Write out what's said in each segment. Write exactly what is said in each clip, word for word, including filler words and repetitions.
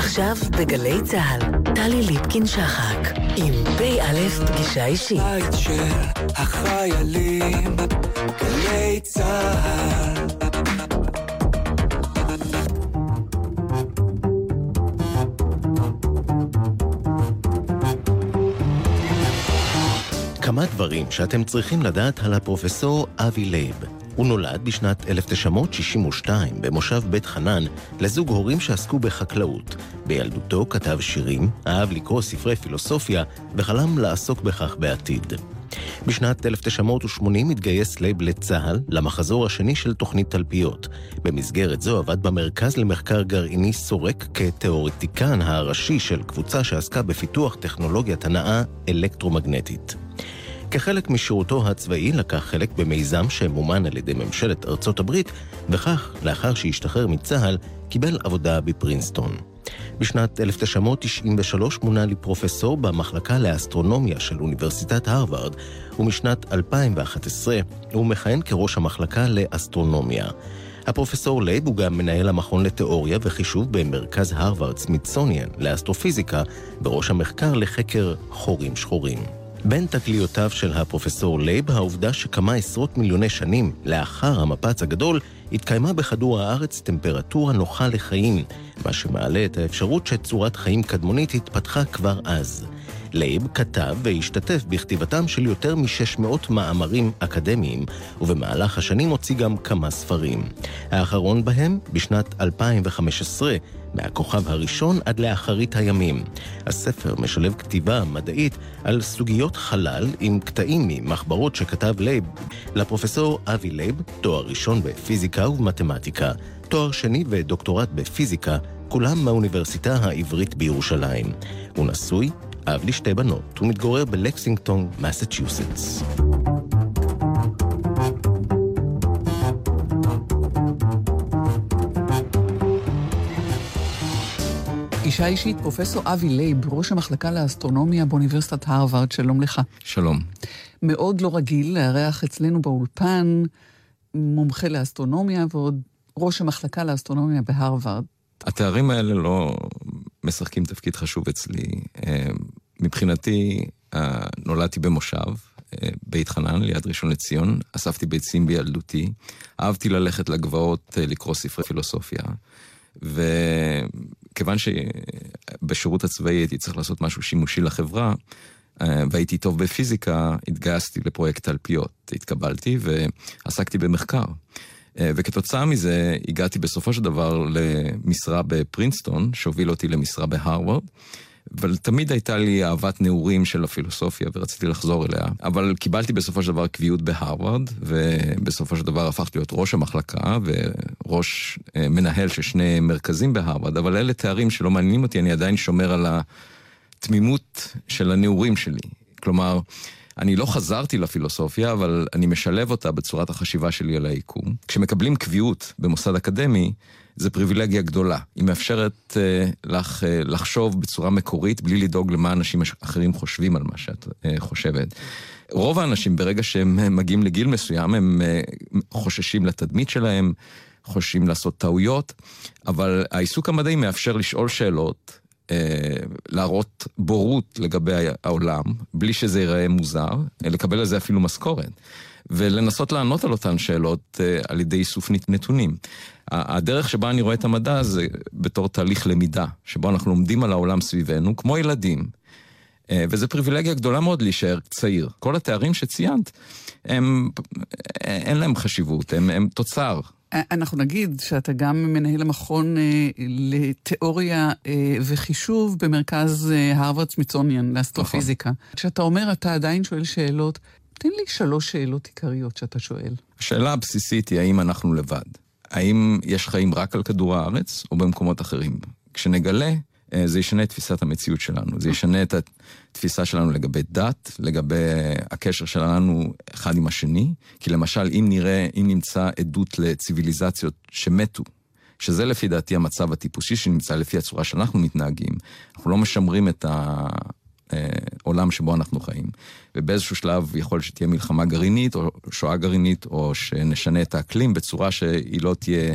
עכשיו בגלי צהל, טלי ליפקין שחק, עם פי א' פגישה אישית. בית של החיילים, גלי צהל. כמה דברים שאתם צריכים לדעת על הפרופסור אבי לייב. הוא נולד בשנת אלף תשע מאות שישים ושתיים במושב בית חנן לזוג הורים שעסקו בחקלאות. בילדותו כתב שירים, אהב לקרוא ספרי פילוסופיה וחלם לעסוק בכך בעתיד. בשנת אלף תשע מאות ושמונים התגייס לייב לצה"ל למחזור השני של תוכנית תלפיות. במסגרת זו עבד במרכז למחקר גרעיני סורק כתיאורטיקן הראשי של קבוצה שעסקה בפיתוח טכנולוגיית הנעה אלקטרומגנטית. כחלק משירותו הצבאי לקח חלק במיזם שמומן על ידי ממשלת ארצות הברית, וכך, לאחר שהשתחרר מצה"ל, קיבל עבודה בפרינסטון. בשנת אלף תשע מאות תשעים ושלוש מונה לפרופסור במחלקה לאסטרונומיה של אוניברסיטת הרווארד, ומשנת אלפיים ואחת עשרה הוא מכהן כראש המחלקה לאסטרונומיה. הפרופסור לייב הוא גם מנהל המכון לתיאוריה וחישוב במרכז הרווארד סמיתסוניאן לאסטרופיזיקה, בראש המחקר לחקר חורים שחורים. בין תגליותיו של הפרופסור לייב, העובדה שכמה עשרות מיליוני שנים לאחר המפץ הגדול, התקיימה בכדור הארץ טמפרטורה נוחה לחיים, מה שמעלה את האפשרות שצורת חיים קדמונית התפתחה כבר אז. לייב כתב והשתתף בכתיבתם של יותר מ-שש מאות מאמרים אקדמיים, ובמהלך השנים הוציא גם כמה ספרים. האחרון בהם בשנת אלפיים וחמש עשרה, מהכוכב הראשון עד לאחרית הימים. הספר משלב כתיבה מדעית על סוגיות חלל עם קטעים ממחברות שכתב לייב. לפרופסור אבי לייב תואר ראשון בפיזיקה ובמתמטיקה, תואר שני ודוקטורט בפיזיקה, כולם מהאוניברסיטה העברית בירושלים. הוא נשוי, אב לשתי בנות, ומתגורר בלקסינגטון, מסצ'וסטס. אישה אישית, פרופסור אבי לייב, ראש המחלקה לאסטרונומיה באוניברסיטת הרווארד, שלום לך. שלום. מאוד לא רגיל לארח אצלנו באולפן מומחה לאסטרונומיה ועוד ראש המחלקה לאסטרונומיה בהרווארד. התארים האלה לא משחקים תפקיד חשוב אצלי. מבחינתי, נולדתי במושב, בית חנן, ליד ראשון לציון, אספתי ביצים בילדותי, אהבתי ללכת לגבעות לקרוא ספרי פילוסופיה, וכיוון שבשירות הצבאי הייתי צריך לעשות משהו שימושי לחברה, והייתי טוב בפיזיקה, התגייסתי לפרויקט תלפיות, התקבלתי ועסקתי במחקר. וכתוצאה מזה הגעתי בסופו של דבר למשרה בפרינסטון, שהוביל אותי למשרה בהרווארד, אבל תמיד הייתה לי אהבת נעורים של הפילוסופיה ורציתי לחזור אליה. אבל קיבלתי בסופו של דבר קביעות בהרווארד, ובסופו של דבר הפכתי להיות ראש המחלקה וראש מנהל של שני מרכזים בהרווארד, אבל אלה תארים שלא מעניינים אותי, אני עדיין שומר על התמימות של הנעורים שלי. כלומר, אני לא חזרתי לפילוסופיה, אבל אני משלב אותה בצורת החשיבה שלי על היקום. כשמקבלים קביעות במוסד אקדמי, זה פריבילגיה גדולה. היא מאפשרת uh, לך uh, לחשוב בצורה מקורית, בלי לדאוג למה אנשים אחרים חושבים על מה שאת uh, חושבת. רוב האנשים, ברגע שהם מגיעים לגיל מסוים, הם uh, חוששים לתדמית שלהם, חוששים לעשות טעויות, אבל העיסוק המדעי מאפשר לשאול שאלות, להראות בורות לגבי העולם, בלי שזה ייראה מוזר, לקבל על זה אפילו משכורת, ולנסות לענות על אותן שאלות על ידי איסוף נתונים. הדרך שבה אני רואה את המדע זה בתור תהליך למידה, שבו אנחנו לומדים על העולם סביבנו, כמו ילדים. וזה פריבילגיה גדולה מאוד להישאר צעיר. כל התארים שציינת, הם, אין להם חשיבות, הם, הם תוצר. אנחנו נגיד שאתה גם מנהל המכון אה, לתיאוריה אה, וחישוב במרכז אה, הרווארד סמיתסוניאן לאסטרופיזיקה. כשאתה אומר, אתה עדיין שואל שאלות, תן לי שלוש שאלות עיקריות שאתה שואל. השאלה הבסיסית היא האם אנחנו לבד. האם יש חיים רק על כדור הארץ או במקומות אחרים? כשנגלה, אה, זה ישנה את תפיסת המציאות שלנו. זה ישנה את התפיסה שלנו לגבי דת, לגבי הקשר שלנו אחד עם השני. כי למשל, אם נראה, אם נמצא עדות לציביליזציות שמתו, שזה לפי דעתי המצב הטיפוסי שנמצא לפי הצורה שאנחנו מתנהגים, אנחנו לא משמרים את העולם שבו אנחנו חיים. ובאיזשהו שלב יכול שתהיה מלחמה גרעינית, או שואה גרעינית, או שנשנה את האקלים בצורה שהיא לא תהיה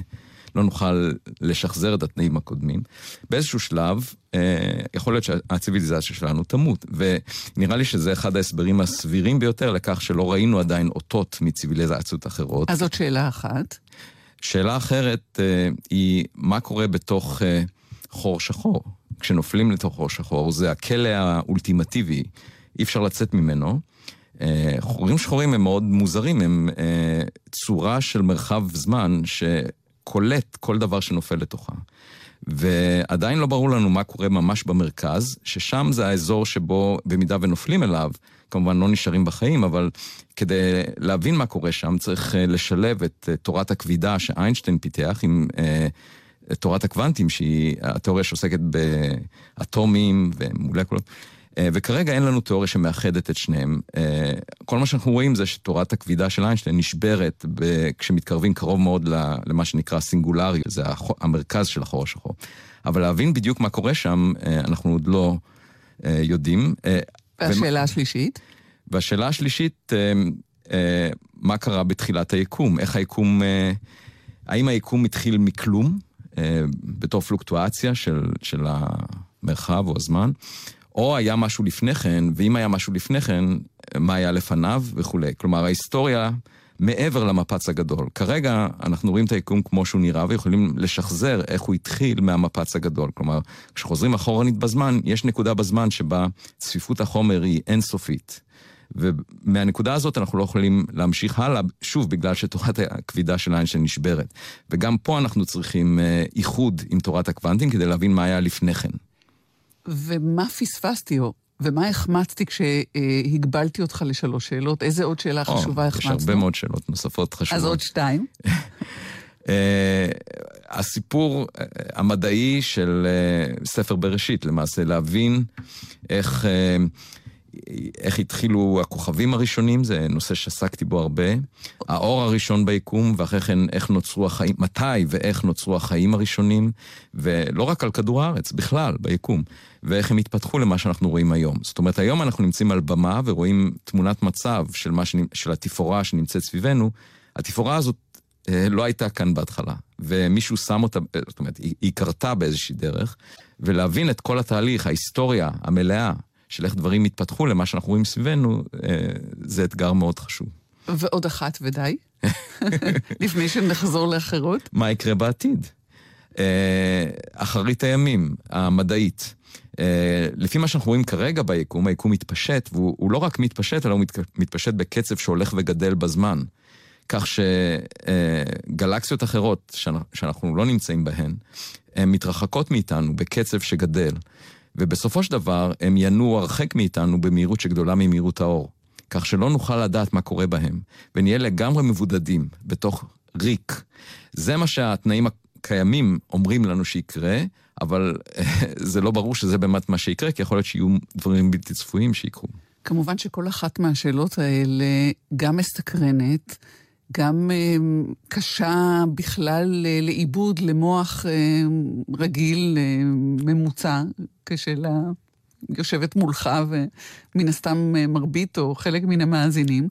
לא נוכל לשחזר את התנאים הקודמים. באיזשהו שלב, יכול להיות שהציביליזציה שלנו תמות, ונראה לי שזה אחד ההסברים הסבירים ביותר לכך שלא ראינו עדיין אותות מציביליזציות אחרות. אז זאת שאלה אחת. שאלה אחרת היא מה קורה בתוך חור שחור. כשנופלים לתוך חור שחור, זה הכלא האולטימטיבי, אי אפשר לצאת ממנו. חורים שחורים הם מאוד מוזרים, הם צורה של מרחב זמן שקולט כל דבר שנופל לתוכה. ועדיין לא ברור לנו מה קורה ממש במרכז, ששם זה האזור שבו במידה ונופלים אליו, כמובן לא נשארים בחיים, אבל כדי להבין מה קורה שם צריך לשלב את תורת הכבידה שאיינשטיין פיתח עם תורת הקוונטים, שהיא התיאוריה שעוסקת באטומים ומולקולות, וכרגע אין לנו תיאוריה שמאחדת את שניהם. כל מה שאנחנו רואים זה שתורת הכבידה של איינשטיין נשברת כשמתקרבים קרוב מאוד למה שנקרא סינגולרי, זה המרכז של החור השחור. אבל להבין בדיוק מה קורה שם, אנחנו עוד לא יודעים. והשאלה השלישית? והשאלה השלישית, מה קרה בתחילת היקום? איך היקום, האם היקום התחיל מכלום, בתור פלוקטואציה של, של המרחב או הזמן, או היה משהו לפני כן, ואם היה משהו לפני כן, מה היה לפניו וכו'. כלומר, ההיסטוריה מעבר למפץ הגדול. כרגע אנחנו רואים את היקום כמו שהוא נראה, ויכולים לשחזר איך הוא התחיל מהמפץ הגדול. כלומר, כשחוזרים אחורנית בזמן, יש נקודה בזמן שבה צפיפות החומר היא אינסופית. ומהנקודה הזאת אנחנו לא יכולים להמשיך הלאה, שוב, בגלל שתורת הכבידה של איינשטיין נשברת. וגם פה אנחנו צריכים איחוד עם תורת הקוונטים, כדי להבין מה היה לפני כן. ומה פספסתי, ומה החמצתי כשהגבלתי אותך לשלוש שאלות? איזה עוד שאלה חשובה החמצנו? יש הרבה מאוד שאלות נוספות חשובות. אז עוד שתיים. הסיפור המדעי של ספר בראשית, למעשה, להבין איך... איך התחילו הכוכבים הראשונים, זה נושא שעסקתי בו הרבה. האור הראשון ביקום, ואחרי כן איך נוצרו החיים, מתי ואיך נוצרו החיים הראשונים, ולא רק על כדור הארץ, בכלל, ביקום, ואיך הם התפתחו למה שאנחנו רואים היום. זאת אומרת, היום אנחנו נמצאים על במה, ורואים תמונת מצב של, מה שנ... של התפאורה שנמצאת סביבנו. התפאורה הזאת אה, לא הייתה כאן בהתחלה, ומישהו שם אותה, זאת אומרת, היא, היא קרתה באיזושהי דרך, ולהבין את כל התהליך, ההיסטוריה המלאה, של איך דברים מתפתחו למה שאנחנו רואים סביבנו, זה אתגר מאוד חשוב. ועוד אחת ודי? לפני שנחזור לאחרות? מה יקרה בעתיד? אחרית הימים, המדעית. לפי מה שאנחנו רואים כרגע ביקום, היקום מתפשט, והוא לא רק מתפשט, אלא הוא מתפשט בקצב שהולך וגדל בזמן. כך שגלקסיות אחרות שאנחנו לא נמצאים בהן, הן מתרחקות מאיתנו בקצב שגדל. ובסופו של דבר הם ינועו הרחק מאיתנו במהירות שגדולה ממהירות האור. כך שלא נוכל לדעת מה קורה בהם, ונהיה לגמרי מבודדים בתוך ריק. זה מה שהתנאים הקיימים אומרים לנו שיקרה, אבל זה לא ברור שזה באמת מה שיקרה, כי יכול להיות שיהיו דברים בלתי צפויים שיקרו. כמובן שכל אחת מהשאלות האלה גם מסתקרנת, גם uh, קשה בכלל uh, לעיבוד למוח uh, רגיל, uh, ממוצע, כשלה יושבת מולך ומן הסתם uh, מרבית או חלק מן המאזינים.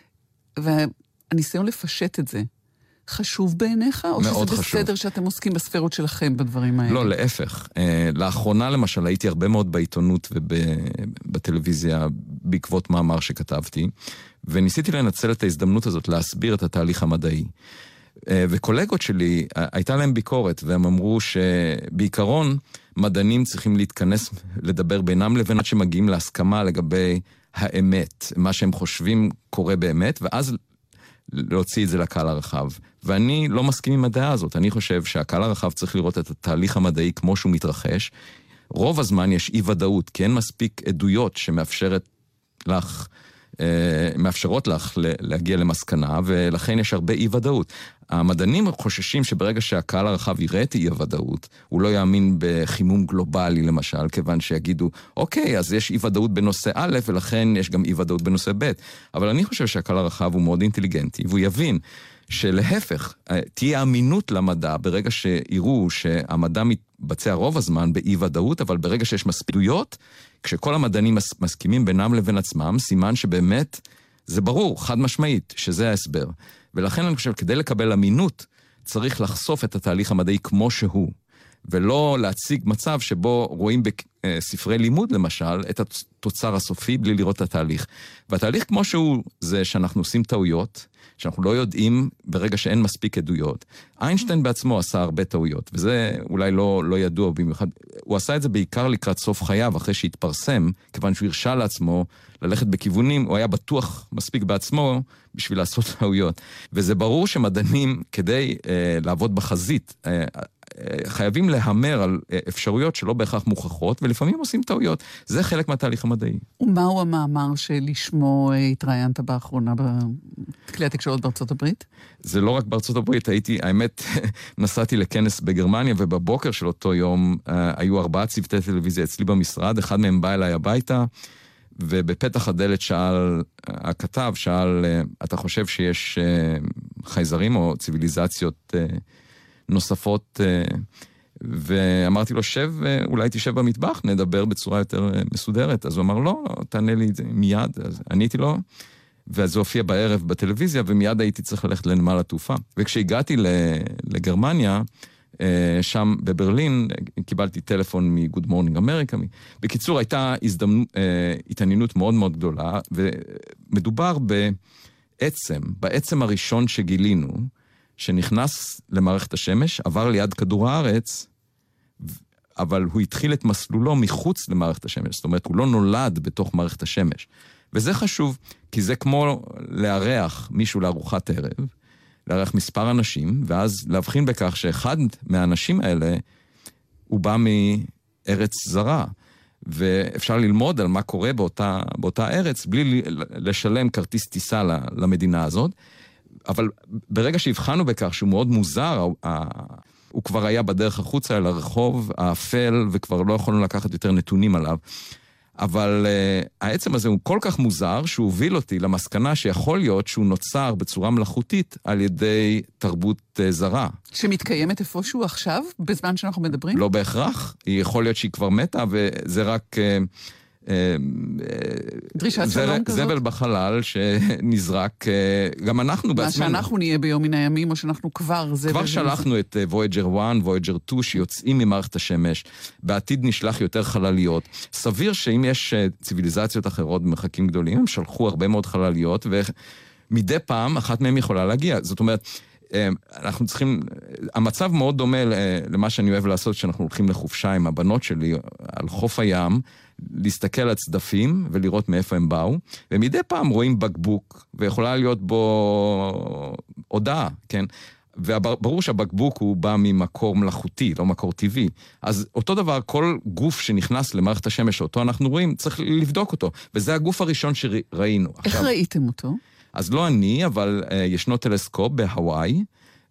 והניסיון לפשט את זה, חשוב בעיניך? או שזה חשוב. בסדר שאתם עוסקים בספירות שלכם בדברים האלה? לא, להפך. Uh, לאחרונה למשל הייתי הרבה מאוד בעיתונות ובטלוויזיה בעקבות מאמר שכתבתי, וניסיתי לנצל את ההזדמנות הזאת להסביר את התהליך המדעי. וקולגות שלי, הייתה להם ביקורת, והם אמרו שבעיקרון מדענים צריכים להתכנס, לדבר בינם לבין עד שמגיעים להסכמה לגבי האמת, מה שהם חושבים קורה באמת, ואז להוציא את זה לקהל הרחב. ואני לא מסכים עם הדעה הזאת. אני חושב שהקהל הרחב צריך לראות את התהליך המדעי כמו שהוא מתרחש. רוב הזמן יש אי ודאות, כי אין מספיק עדויות שמאפשרת לך... מאפשרות לך להגיע למסקנה, ולכן יש הרבה אי-ודאות. המדענים חוששים שברגע שהקהל הרחב יראה את אי-ודאות, הוא לא יאמין בחימום גלובלי למשל, כיוון שיגידו, אוקיי, אז יש אי-ודאות בנושא א', ולכן יש גם אי-ודאות בנושא ב'. אבל אני חושב שהקהל הרחב הוא מאוד אינטליגנטי, והוא יבין שלהפך, תהיה אמינות למדע ברגע שיראו שהמדע מתבצע רוב הזמן באי-ודאות, אבל ברגע שיש מספידויות, כשכל המדענים מסכימים בינם לבין עצמם, סימן שבאמת זה ברור, חד משמעית, שזה ההסבר. ולכן אני חושב, כדי לקבל אמינות צריך לחשוף את התהליך המדעי כמו שהוא, ולא להציג מצב שבו רואים בספרי לימוד, למשל, את התוצר הסופי בלי לראות את התהליך. והתהליך כמו שהוא, זה שאנחנו עושים טעויות, שאנחנו לא יודעים ברגע שאין מספיק עדויות. איינשטיין בעצמו עשה הרבה טעויות, וזה אולי לא, לא ידוע במיוחד. הוא עשה את זה בעיקר לקראת סוף חייו, אחרי שהתפרסם, כיוון שהוא הרשה לעצמו ללכת בכיוונים, הוא היה בטוח מספיק בעצמו בשביל לעשות טעויות. וזה ברור שמדענים, כדי אה, לעבוד בחזית, אה, חייבים להמר על אפשרויות שלא בהכרח מוכחות, ולפעמים עושים טעויות. זה חלק מהתהליך המדעי. ומהו המאמר שלשמו התראיינת באחרונה בכלי התקשורת בארצות הברית? זה לא רק בארצות הברית, הייתי, האמת, נסעתי לכנס בגרמניה, ובבוקר של אותו יום היו ארבעה צוותי טלוויזיה אצלי במשרד, אחד מהם בא אליי הביתה, ובפתח הדלת שאל, הכתב שאל, אתה חושב שיש חייזרים או ציוויליזציות נוספות, ואמרתי לו, שב, אולי תשב במטבח, נדבר בצורה יותר מסודרת. אז הוא אמר, לא, תענה לי את זה מיד. אז עניתי לו, ואז זה הופיע בערב בטלוויזיה, ומיד הייתי צריך ללכת לנמל התעופה. וכשהגעתי לגרמניה, שם בברלין, קיבלתי טלפון מ-Good Morning America. בקיצור, הייתה הזדמנות, התעניינות מאוד מאוד גדולה, ומדובר בעצם, בעצם הראשון שגילינו, שנכנס למערכת השמש, עבר ליד כדור הארץ, אבל הוא התחיל את מסלולו מחוץ למערכת השמש. זאת אומרת, הוא לא נולד בתוך מערכת השמש. וזה חשוב, כי זה כמו לארח מישהו לארוחת ערב, לארח מספר אנשים, ואז להבחין בכך שאחד מהאנשים האלה, הוא בא מארץ זרה, ואפשר ללמוד על מה קורה באותה, באותה ארץ, בלי לשלם כרטיס טיסה למדינה הזאת, אבל ברגע שהבחנו בכך שהוא מאוד מוזר, הוא כבר היה בדרך החוצה אל הרחוב האפל, וכבר לא יכולנו לקחת יותר נתונים עליו. אבל uh, העצם הזה הוא כל כך מוזר, שהוא הוביל אותי למסקנה שיכול להיות שהוא נוצר בצורה מלאכותית על ידי תרבות uh, זרה. שמתקיימת איפשהו עכשיו, בזמן שאנחנו מדברים? לא בהכרח. היא יכול להיות שהיא כבר מתה, וזה רק... Uh, דרישת שלום כזאת? זבל בחלל שנזרק, גם אנחנו בעצמנו. מה שאנחנו נהיה ביום מן הימים, או שאנחנו כבר זבל. כבר שלחנו את Voyager אחת, Voyager שתיים, שיוצאים ממערכת השמש. בעתיד נשלח יותר חלליות. סביר שאם יש ציוויליזציות אחרות במרחקים גדולים, הם שלחו הרבה מאוד חלליות, ומדי פעם אחת מהם יכולה להגיע. זאת אומרת, אנחנו צריכים, המצב מאוד דומה למה שאני אוהב לעשות, שאנחנו הולכים לחופשה עם הבנות שלי על חוף הים, להסתכל על צדפים ולראות מאיפה הם באו, ומדי פעם רואים בקבוק, ויכולה להיות בו הודעה, כן? וברור שהבקבוק הוא בא ממקור מלאכותי, לא מקור טבעי. אז אותו דבר, כל גוף שנכנס למערכת השמש, אותו אנחנו רואים, צריך לבדוק אותו. וזה הגוף הראשון שראינו. איך עכשיו, ראיתם אותו? אז לא אני, אבל uh, ישנו טלסקופ בהוואי,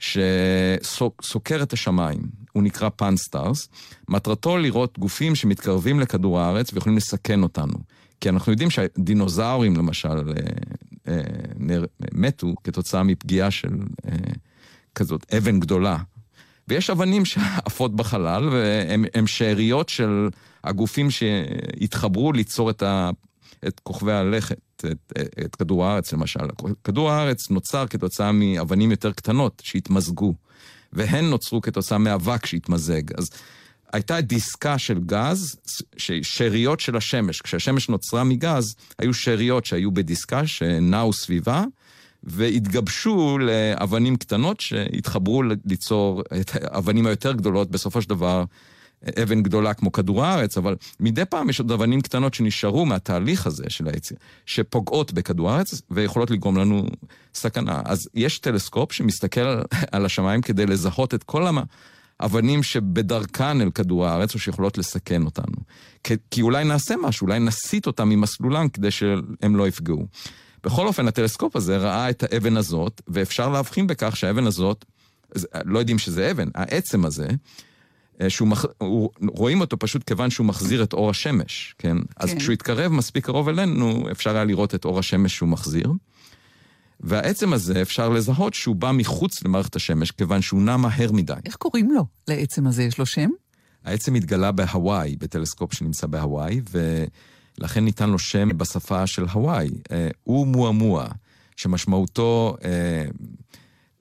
שסוקר את השמיים. הוא נקרא פאנסטארס. מטרתו לראות גופים שמתקרבים לכדור הארץ ויכולים לסכן אותנו. כי אנחנו יודעים שהדינוזאורים, למשל, uh, uh, נר, מתו כתוצאה מפגיעה של uh, כזאת אבן גדולה. ויש אבנים שעפות בחלל, והם שאריות של הגופים שהתחברו ליצור את ה... את כוכבי הלכת, את, את כדור הארץ למשל. כדור הארץ נוצר כתוצאה מאבנים יותר קטנות שהתמזגו, והן נוצרו כתוצאה מאבק שהתמזג. אז הייתה דיסקה של גז, שאריות של השמש. כשהשמש נוצרה מגז, היו שאריות שהיו בדיסקה שנעו סביבה, והתגבשו לאבנים קטנות שהתחברו ליצור את האבנים היותר גדולות, בסופו של דבר אבן גדולה כמו כדור הארץ, אבל מדי פעם יש עוד אבנים קטנות שנשארו מהתהליך הזה של היציר, שפוגעות בכדור הארץ ויכולות לגרום לנו סכנה. אז יש טלסקופ שמסתכל על השמיים כדי לזהות את כל האבנים שבדרכן אל כדור הארץ, או שיכולות לסכן אותנו. כי אולי נעשה משהו, אולי נסיט אותם ממסלולם כדי שהם לא יפגעו. בכל אופן, הטלסקופ הזה ראה את האבן הזאת, ואפשר להבחין בכך שהאבן הזאת, לא יודעים שזה אבן, העצם הזה, שהוא מח... רואים אותו פשוט כיוון שהוא מחזיר את אור השמש, כן? כן. אז כשהוא יתקרב מספיק קרוב אלינו, אפשר היה לראות את אור השמש שהוא מחזיר. והעצם הזה אפשר לזהות שהוא בא מחוץ למערכת השמש, כיוון שהוא נע מהר מדי. איך קוראים לו? לעצם הזה יש לו שם? העצם התגלה בהוואי, בטלסקופ שנמצא בהוואי, ולכן ניתן לו שם בשפה של הוואי. הוא מואמואה, שמשמעותו...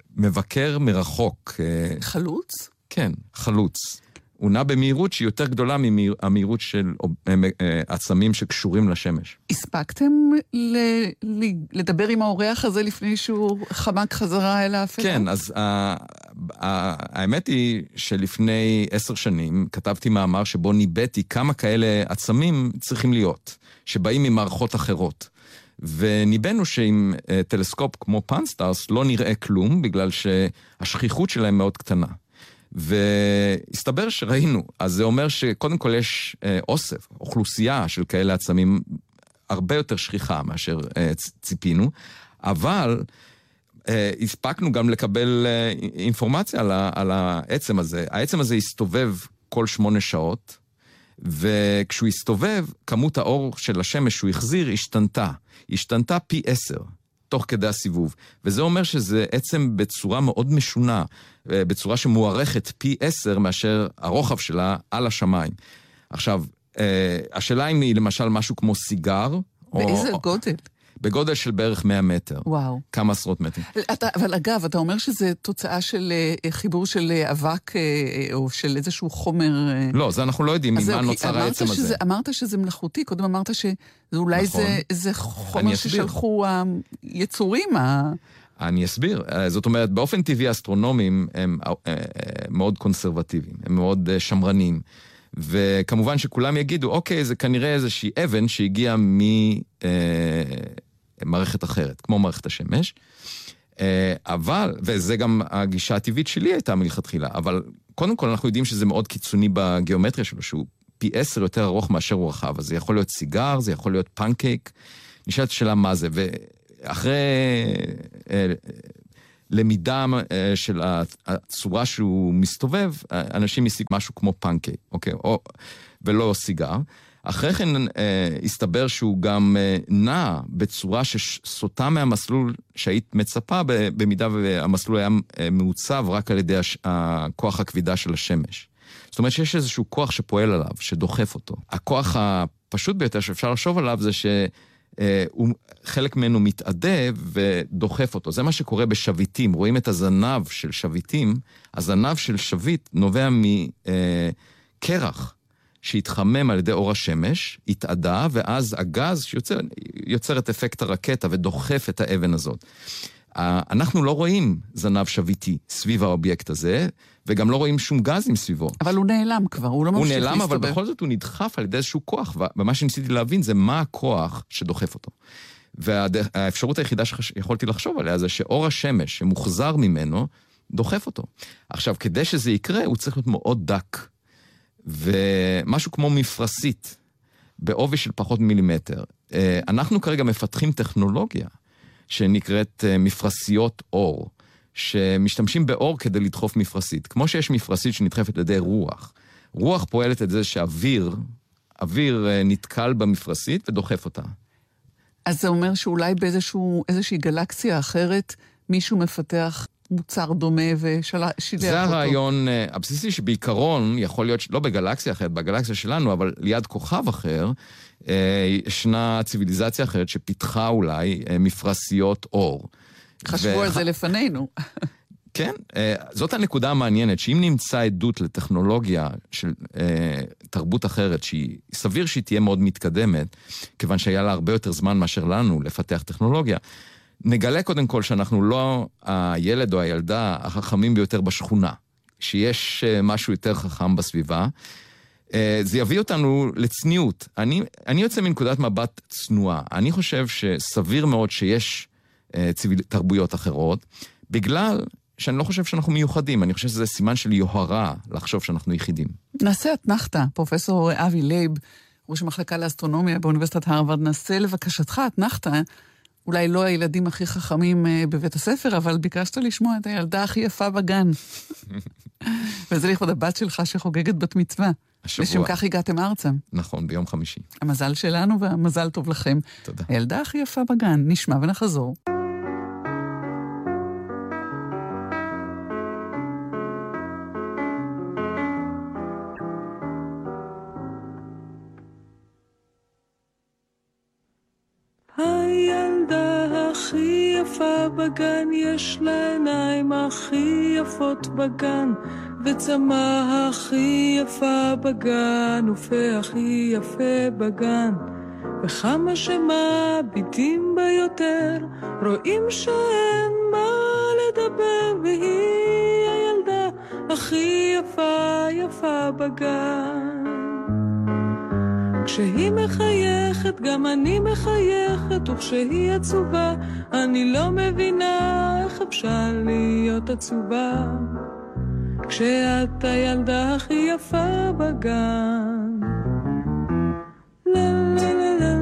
מבקר מרחוק. חלוץ? כן, חלוץ. הוא נע במהירות שהיא יותר גדולה מהמהירות של עצמים שקשורים לשמש. הספקתם ל- ל- לדבר עם האורח הזה לפני שהוא חמק חזרה אל האפלה? כן, אז ה- ה- האמת היא שלפני עשר שנים כתבתי מאמר שבו ניבאתי כמה כאלה עצמים צריכים להיות, שבאים ממערכות אחרות. וניבאנו שעם טלסקופ כמו פאנסטארס לא נראה כלום, בגלל שהשכיחות שלהם מאוד קטנה. והסתבר שראינו, אז זה אומר שקודם כל יש אוסף, אוכלוסייה של כאלה עצמים הרבה יותר שכיחה מאשר ציפינו, אבל הספקנו גם לקבל אינפורמציה על, על העצם הזה. העצם הזה הסתובב כל שמונה שעות, וכשהוא הסתובב, כמות האור של השמש שהוא החזיר השתנתה. השתנתה פי עשר. תוך כדי הסיבוב. וזה אומר שזה עצם בצורה מאוד משונה, בצורה שמוערכת פי עשר מאשר הרוחב שלה על השמיים. עכשיו, השאלה אם היא למשל משהו כמו סיגר, באיזה או... גודל? בגודל של בערך מאה מטר. וואו. כמה עשרות מטרים. אתה, אבל אגב, אתה אומר שזה תוצאה של חיבור של אבק או של איזשהו חומר... לא, זה אנחנו לא יודעים ממה נוצר העצם הזה. שזה, אמרת שזה מלאכותי, קודם אמרת שאולי נכון. זה, זה חומר ששלחו היצורים ה... אני אסביר. זאת אומרת, באופן טבעי האסטרונומים הם מאוד קונסרבטיביים, הם מאוד שמרניים. וכמובן שכולם יגידו, אוקיי, זה כנראה איזושהי אבן שהגיעה ממערכת אחרת, כמו מערכת השמש. אבל, וזה גם הגישה הטבעית שלי הייתה מלכתחילה, אבל קודם כל אנחנו יודעים שזה מאוד קיצוני בגיאומטריה שלו, שהוא פי עשר יותר ארוך מאשר הוא רחב. אז זה יכול להיות סיגר, זה יכול להיות פנקייק. נשאלת שאלה מה זה, ואחרי למידה של הצורה שהוא מסתובב, אנשים השיג משהו כמו פנקייק, אוקיי? או, ולא סיגר. אחרי כן הסתבר שהוא גם נע בצורה שסוטה מהמסלול שהיית מצפה, במידה והמסלול היה מעוצב רק על ידי הכוח הכבידה של השמש. זאת אומרת שיש איזשהו כוח שפועל עליו, שדוחף אותו. הכוח הפשוט ביותר שאפשר לחשוב עליו זה שהוא חלק ממנו מתעדה ודוחף אותו. זה מה שקורה בשביטים. רואים את הזנב של שביטים. הזנב של שביט נובע מקרח שהתחמם על ידי אור השמש, התעדה, ואז הגז שיוצר, יוצר את אפקט הרקטה ודוחף את האבן הזאת. אנחנו לא רואים זנב שביטי סביב האובייקט הזה, וגם לא רואים שום גזים סביבו. אבל הוא נעלם כבר, הוא לא ממשיך להסתובב. הוא נעלם, אבל בכל זאת הוא נדחף על ידי איזשהו כוח, ומה שניסיתי להבין זה מה הכוח שדוחף אותו. והאפשרות היחידה שיכולתי לחשוב עליה זה שאור השמש שמוחזר ממנו, דוחף אותו. עכשיו, כדי שזה יקרה, הוא צריך להיות מאוד דק. ומשהו כמו מפרסית, בעובי של פחות מילימטר. אנחנו כרגע מפתחים טכנולוגיה, שנקראת מפרסיות אור, שמשתמשים באור כדי לדחוף מפרסית. כמו שיש מפרסית שנדחפת על ידי רוח. רוח פועלת את זה שאוויר, אוויר נתקל במפרסית ודוחף אותה. אז זה אומר שאולי באיזושהי גלקסיה אחרת, מישהו מפתח מוצר דומה ושילח אותו. זה הרעיון הבסיסי שבעיקרון יכול להיות, לא בגלקסיה אחרת, בגלקסיה שלנו, אבל ליד כוכב אחר, ישנה ציוויליזציה אחרת שפיתחה אולי מפרסיות אור. חשבו ו... על זה לפנינו. כן, זאת הנקודה המעניינת, שאם נמצא עדות לטכנולוגיה של תרבות אחרת, שהיא סביר שהיא תהיה מאוד מתקדמת, כיוון שהיה לה הרבה יותר זמן מאשר לנו לפתח טכנולוגיה, נגלה קודם כל שאנחנו לא הילד או הילדה החכמים ביותר בשכונה, שיש משהו יותר חכם בסביבה, זה יביא אותנו לצניעות. אני, אני יוצא מנקודת מבט צנועה. אני חושב שסביר מאוד שיש ציוויל, תרבויות אחרות, בגלל שאני לא חושב שאנחנו מיוחדים. אני חושב שזה סימן של יוהרה לחשוב שאנחנו יחידים. נעשה אתנחתה, פרופסור אבי לייב, ראש המחלקה לאסטרונומיה באוניברסיטת הרווארד, נעשה לבקשתך אתנחתה, אולי לא הילדים הכי חכמים בבית הספר, אבל ביקשת לשמוע את הילדה הכי יפה בגן. וזה לכבוד הבת שלך שחוגגת בת מצווה. השבוע. ושם כך הגעתם ארצה. נכון, ביום חמישי. המזל שלנו והמזל טוב לכם. תודה. הילדה הכי יפה בגן, נשמע ונחזור. הילדה הכי יפה בגן, יש לה עיניים הכי יפות בגן, וצמא הכי יפה בגן, ופה הכי יפה בגן. וכמה שמביטים בה יותר, רואים שאין מה לדבר, והיא הילדה הכי יפה יפה בגן. כשהיא מחייכת גם אני מחייכת, וכשהיא עצובה אני לא מבינה איך אפשר להיות עצובה, כשאת הילדה הכי יפה בגן. לה לה לה לה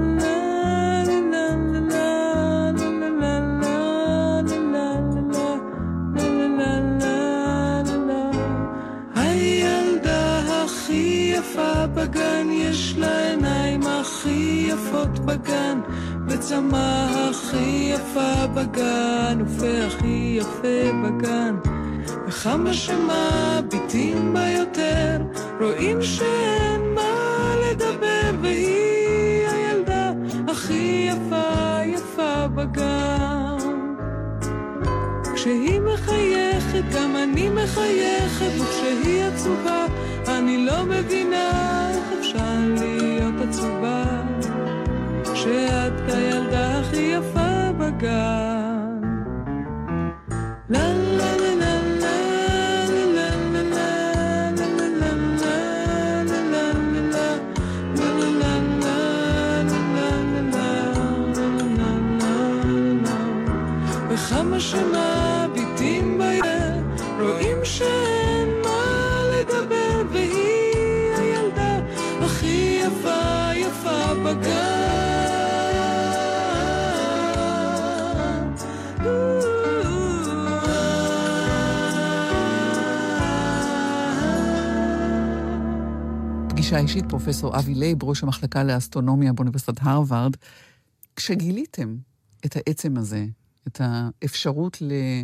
בגן, יש לה עיניים הכי יפות בגן, וצמא הכי יפה בגן, ופה הכי יפה בגן. וכמה שמביטים בה יותר, רואים שאין מה לדבר, והיא הילדה הכי יפה יפה בגן. כשהיא מחייכת גם אני מחייכת, וכשהיא עצובה אני לא מבינה איך אפשר להיות עצובה, כשאת הילדה הכי יפה בגן. לה לה לה לה וכמה שמביטים ביד רואים שאין מה לדבר, והיא הילדה הכי יפה יפה בגן. פגישה אישית, פרופסור אבי לייב, ראש המחלקה לאסטרונומיה באוניברסיטת הרווארד. כשגיליתם את העצם הזה, את האפשרות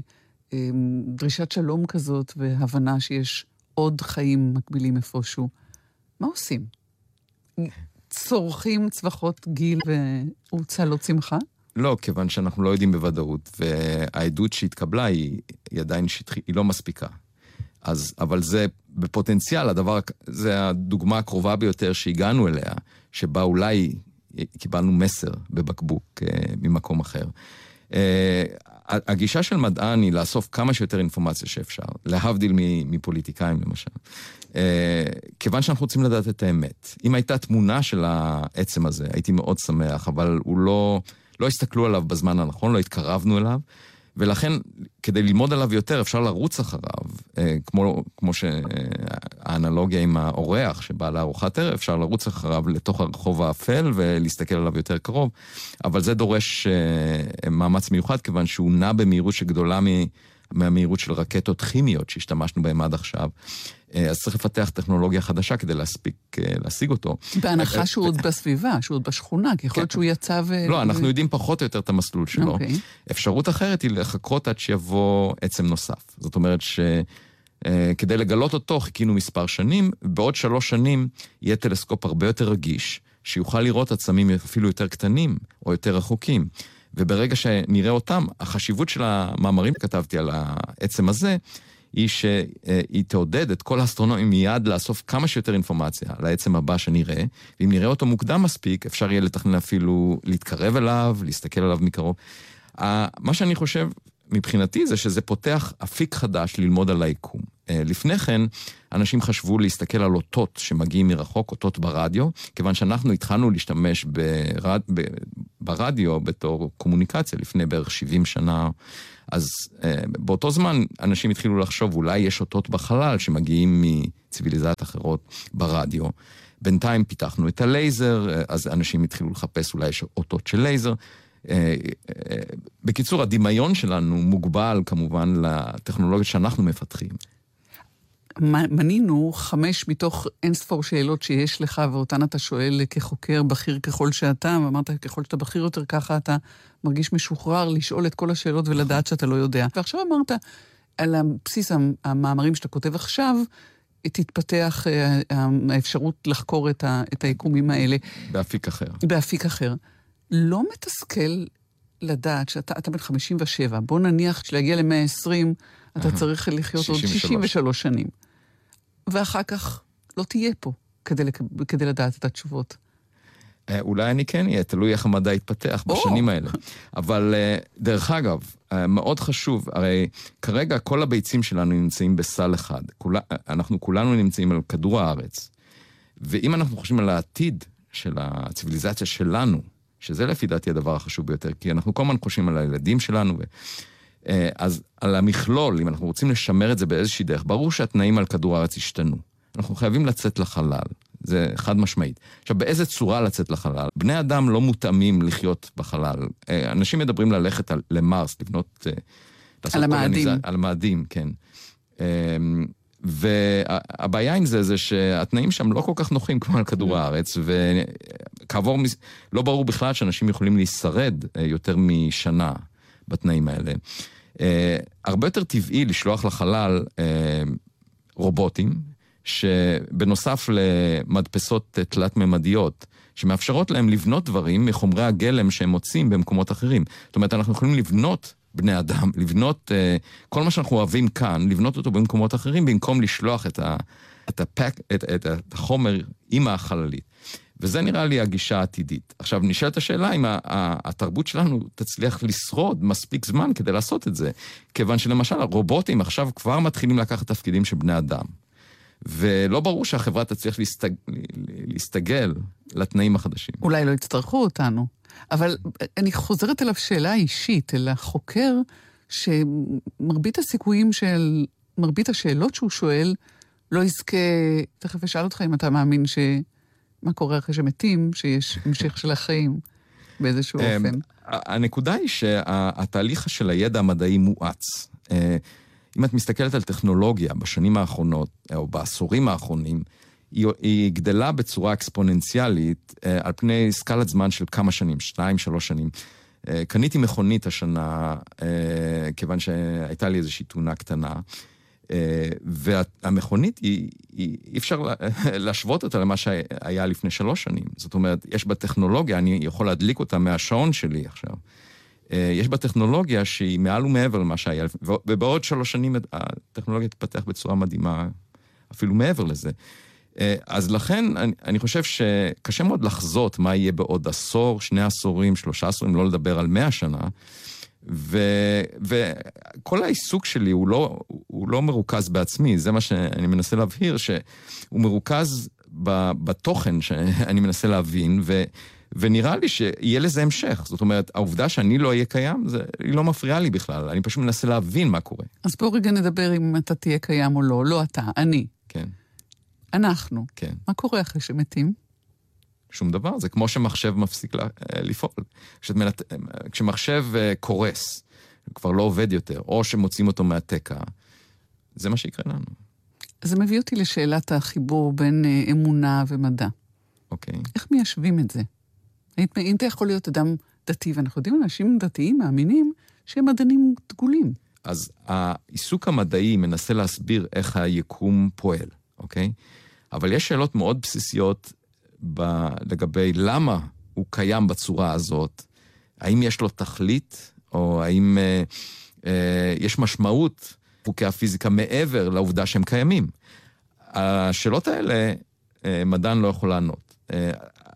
לדרישת שלום כזאת והבנה שיש עוד חיים מקבילים איפשהו, מה עושים? צורכים צווחות גיל והוצלות שמחה? לא, כיוון שאנחנו לא יודעים בוודאות, והעדות שהתקבלה היא, היא עדיין שטחית, היא לא מספיקה. אז, אבל זה בפוטנציאל, הדבר, זה הדוגמה הקרובה ביותר שהגענו אליה, שבה אולי קיבלנו מסר בבקבוק ממקום אחר. הגישה של מדען היא לאסוף כמה שיותר אינפורמציה שאפשר, להבדיל מפוליטיקאים למשל. כיוון שאנחנו רוצים לדעת את האמת. אם הייתה תמונה של העצם הזה, הייתי מאוד שמח, אבל הוא לא, לא הסתכלו עליו בזמן הנכון, לא התקרבנו אליו, ולכן כדי ללמוד עליו יותר אפשר לרוץ אחריו, כמו, כמו שהאנלוגיה עם האורח שבא לארוחת ערב, אפשר לרוץ אחריו לתוך הרחוב האפל ולהסתכל עליו יותר קרוב, אבל זה דורש מאמץ מיוחד, כיוון שהוא נע במהירות שגדולה מהמהירות של רקטות כימיות שהשתמשנו בהם עד עכשיו. אז צריך לפתח טכנולוגיה חדשה כדי להספיק, להשיג אותו. בהנחה שהוא עוד בסביבה, שהוא עוד בשכונה, כי יכול להיות שהוא יצא ו... לא, אנחנו יודעים פחות או יותר את המסלול שלו. אפשרות אחרת היא לחכות עד שיבוא עצם נוסף. זאת אומרת שכדי לגלות אותו חיכינו מספר שנים, בעוד שלוש שנים יהיה טלסקופ הרבה יותר רגיש, שיוכל לראות עצמים אפילו יותר קטנים או יותר רחוקים. וברגע שנראה אותם, החשיבות של המאמרים שכתבתי על העצם הזה, היא שהיא תעודד את כל האסטרונומים מיד לאסוף כמה שיותר אינפורמציה על העצם הבא שנראה, ואם נראה אותו מוקדם מספיק, אפשר יהיה לתכנן אפילו להתקרב אליו, להסתכל עליו מקרוב. מה שאני חושב מבחינתי זה שזה פותח אפיק חדש ללמוד על היקום. לפני כן, אנשים חשבו להסתכל על אותות שמגיעים מרחוק, אותות ברדיו, כיוון שאנחנו התחלנו להשתמש ברד... ברדיו בתור קומוניקציה לפני בערך שבעים שנה, אז באותו זמן אנשים התחילו לחשוב, אולי יש אותות בחלל שמגיעים מציביליזציות אחרות ברדיו. בינתיים פיתחנו את הלייזר, אז אנשים התחילו לחפש אולי יש אותות של לייזר. בקיצור, הדמיון שלנו מוגבל כמובן לטכנולוגיה שאנחנו מפתחים. מנינו חמש מתוך אינספור שאלות שיש לך, ואותן אתה שואל כחוקר בכיר ככל שאתה, ואמרת ככל שאתה בכיר יותר ככה, אתה מרגיש משוחרר לשאול את כל השאלות ולדעת שאתה לא יודע. ועכשיו אמרת, על בסיס המאמרים שאתה כותב עכשיו, תתפתח האפשרות לחקור את היקומים האלה. באפיק אחר. באפיק אחר. לא מתסכל לדעת שאתה אתה בן חמישים ושבע, בוא נניח שלהגיע ל-מאה ועשרים, אתה צריך לחיות עוד שישים ושלוש שנים. ואחר כך לא תהיה פה כדי, כדי לדעת את התשובות. אולי אני כן אהיה, תלוי איך המדע יתפתח בשנים האלה. אבל דרך אגב, מאוד חשוב, הרי כרגע כל הביצים שלנו נמצאים בסל אחד. אנחנו כולנו נמצאים על כדור הארץ. ואם אנחנו חושבים על העתיד של הציביליזציה שלנו, שזה לפי דעתי הדבר החשוב ביותר, כי אנחנו כל הזמן חושבים על הילדים שלנו, אז על המכלול, אם אנחנו רוצים לשמר את זה באיזושהי דרך, ברור שהתנאים על כדור הארץ השתנו. אנחנו חייבים לצאת לחלל. זה חד משמעית. עכשיו, באיזה צורה לצאת לחלל? בני אדם לא מותאמים לחיות בחלל. אנשים מדברים ללכת למרס, לבנות... על המאדים. על המאדים, כן. והבעיה עם זה, זה שהתנאים שם לא כל כך נוחים כמו על כדור הארץ, וכעבור... לא ברור בכלל שאנשים יכולים להישרד יותר משנה בתנאים האלה. הרבה יותר טבעי לשלוח לחלל רובוטים, שבנוסף למדפסות תלת-ממדיות, שמאפשרות להם לבנות דברים מחומרי הגלם שהם מוצאים במקומות אחרים. זאת אומרת, אנחנו יכולים לבנות בני אדם, לבנות uh, כל מה שאנחנו אוהבים כאן, לבנות אותו במקומות אחרים, במקום לשלוח את, ה, את, הפק, את, את, את החומר עם החללית. וזה נראה לי הגישה העתידית. עכשיו, נשאלת השאלה אם התרבות שלנו תצליח לשרוד מספיק זמן כדי לעשות את זה, כיוון שלמשל, הרובוטים עכשיו כבר מתחילים לקחת תפקידים של בני אדם. ולא ברור שהחברה תצליח להסתג... להסתגל לתנאים החדשים. אולי לא יצטרכו אותנו. אבל אני חוזרת אליו שאלה אישית, אל החוקר, שמרבית הסיכויים של... מרבית השאלות שהוא שואל, לא יזכה... תכף אשאל אותך אם אתה מאמין ש... מה קורה אחרי שמתים, שיש המשך של החיים באיזשהו אופן. הנקודה היא שהתהליך של הידע המדעי מואץ. אם את מסתכלת על טכנולוגיה בשנים האחרונות, או בעשורים האחרונים, היא, היא גדלה בצורה אקספוננציאלית אה, על פני סקלת זמן של כמה שנים, שתיים, שלוש שנים. אה, קניתי מכונית השנה, אה, כיוון שהייתה לי איזושהי תאונה קטנה, אה, והמכונית, היא, היא, אי אפשר להשוות אותה למה שהיה לפני שלוש שנים. זאת אומרת, יש בטכנולוגיה, אני יכול להדליק אותה מהשעון שלי עכשיו. יש בה טכנולוגיה שהיא מעל ומעבר למה שהיה, ובעוד שלוש שנים הטכנולוגיה תפתח בצורה מדהימה, אפילו מעבר לזה. אז לכן אני, אני חושב שקשה מאוד לחזות מה יהיה בעוד עשור, שני עשורים, שלושה עשורים, לא לדבר על מאה שנה, ו, וכל העיסוק שלי הוא לא, הוא לא מרוכז בעצמי, זה מה שאני מנסה להבהיר, שהוא מרוכז בתוכן שאני מנסה להבין, ו... ונראה לי שיהיה לזה המשך. זאת אומרת, העובדה שאני לא אהיה קיים, זה, היא לא מפריעה לי בכלל. אני פשוט מנסה להבין מה קורה. אז בואו רגע נדבר אם אתה תהיה קיים או לא. לא אתה, אני. כן. אנחנו. כן. מה קורה אחרי שמתים? שום דבר. זה כמו שמחשב מפסיק לפעול. כשמנת... כשמחשב קורס, כבר לא עובד יותר, או שמוצאים אותו מהתקע, זה מה שיקרה לנו. זה מביא אותי לשאלת החיבור בין אמונה ומדע. אוקיי. איך מיישבים את זה? אם אתה יכול להיות אדם דתי, ואנחנו יודעים, אנשים דתיים מאמינים שהם מדענים דגולים. אז העיסוק המדעי מנסה להסביר איך היקום פועל, אוקיי? אבל יש שאלות מאוד בסיסיות ב... לגבי למה הוא קיים בצורה הזאת. האם יש לו תכלית, או האם אה, אה, יש משמעות חוקי הפיזיקה מעבר לעובדה שהם קיימים. השאלות האלה, אה, מדען לא יכול לענות. אה,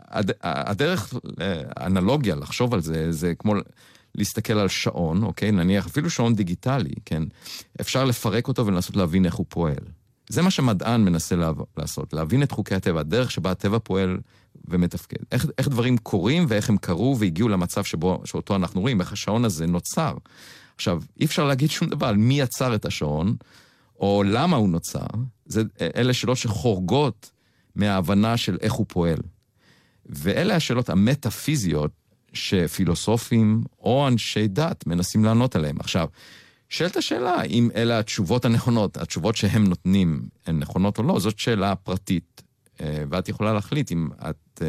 הדרך, האנלוגיה לחשוב על זה, זה כמו להסתכל על שעון, אוקיי? נניח אפילו שעון דיגיטלי, כן? אפשר לפרק אותו ולנסות להבין איך הוא פועל. זה מה שמדען מנסה לעשות, להבין את חוקי הטבע, הדרך שבה הטבע פועל ומתפקד. איך, איך דברים קורים ואיך הם קרו והגיעו למצב שבו, שאותו אנחנו רואים, איך השעון הזה נוצר. עכשיו, אי אפשר להגיד שום דבר על מי יצר את השעון, או למה הוא נוצר. זה, אלה שאלות שחורגות מההבנה של איך הוא פועל. ואלה השאלות המטאפיזיות שפילוסופים או אנשי דת מנסים לענות עליהם. עכשיו, שאלת השאלה אם אלה התשובות הנכונות, התשובות שהם נותנים הן נכונות או לא, זאת שאלה פרטית, ואת יכולה להחליט אם את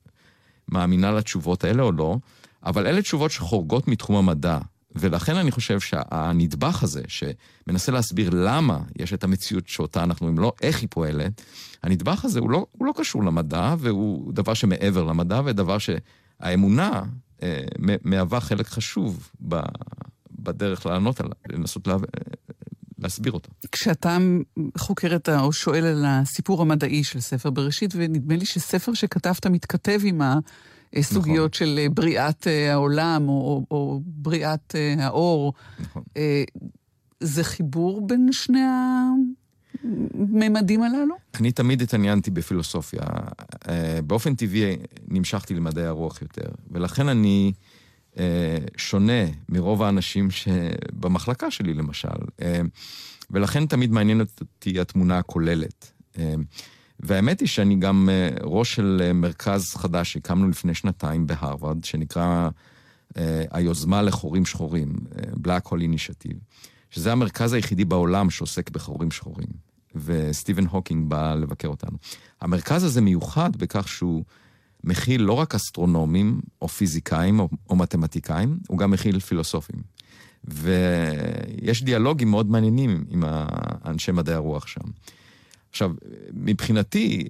מאמינה לתשובות האלה או לא, אבל אלה תשובות שחורגות מתחום המדע, ולכן אני חושב שהנדבך הזה, שמנסה להסביר למה יש את המציאות שאותה אנחנו רואים, לא איך היא פועלת, הנדבך הזה הוא לא, הוא לא קשור למדע, והוא דבר שמעבר למדע, ודבר שהאמונה מהווה חלק חשוב בדרך לענות עליו, לנסות לה, להסביר אותו. כשאתה חוקר את או שואל על הסיפור המדעי של ספר בראשית, ונדמה לי שספר שכתבת מתכתב עם הסוגיות נכון. של בריאת העולם, או, או בריאת האור. נכון. זה חיבור בין שני הממדים הללו? אני תמיד התעניינתי בפילוסופיה. באופן טבעי נמשכתי למדעי הרוח יותר, ולכן אני שונה מרוב האנשים שבמחלקה שלי למשל. ולכן תמיד מעניינת אותי התמונה הכוללת. והאמת היא שאני גם ראש של מרכז חדש שהקמנו לפני שנתיים בהרווארד, שנקרא היוזמה לחורים שחורים, Black Hole Initiative, שזה המרכז היחידי בעולם שעוסק בחורים שחורים. וסטיבן הוקינג בא לבקר אותנו. המרכז הזה מיוחד בכך שהוא מכיל לא רק אסטרונומים או פיזיקאים או, או מתמטיקאים, הוא גם מכיל פילוסופים. ויש דיאלוגים מאוד מעניינים עם האנשי מדעי הרוח שם. עכשיו, מבחינתי,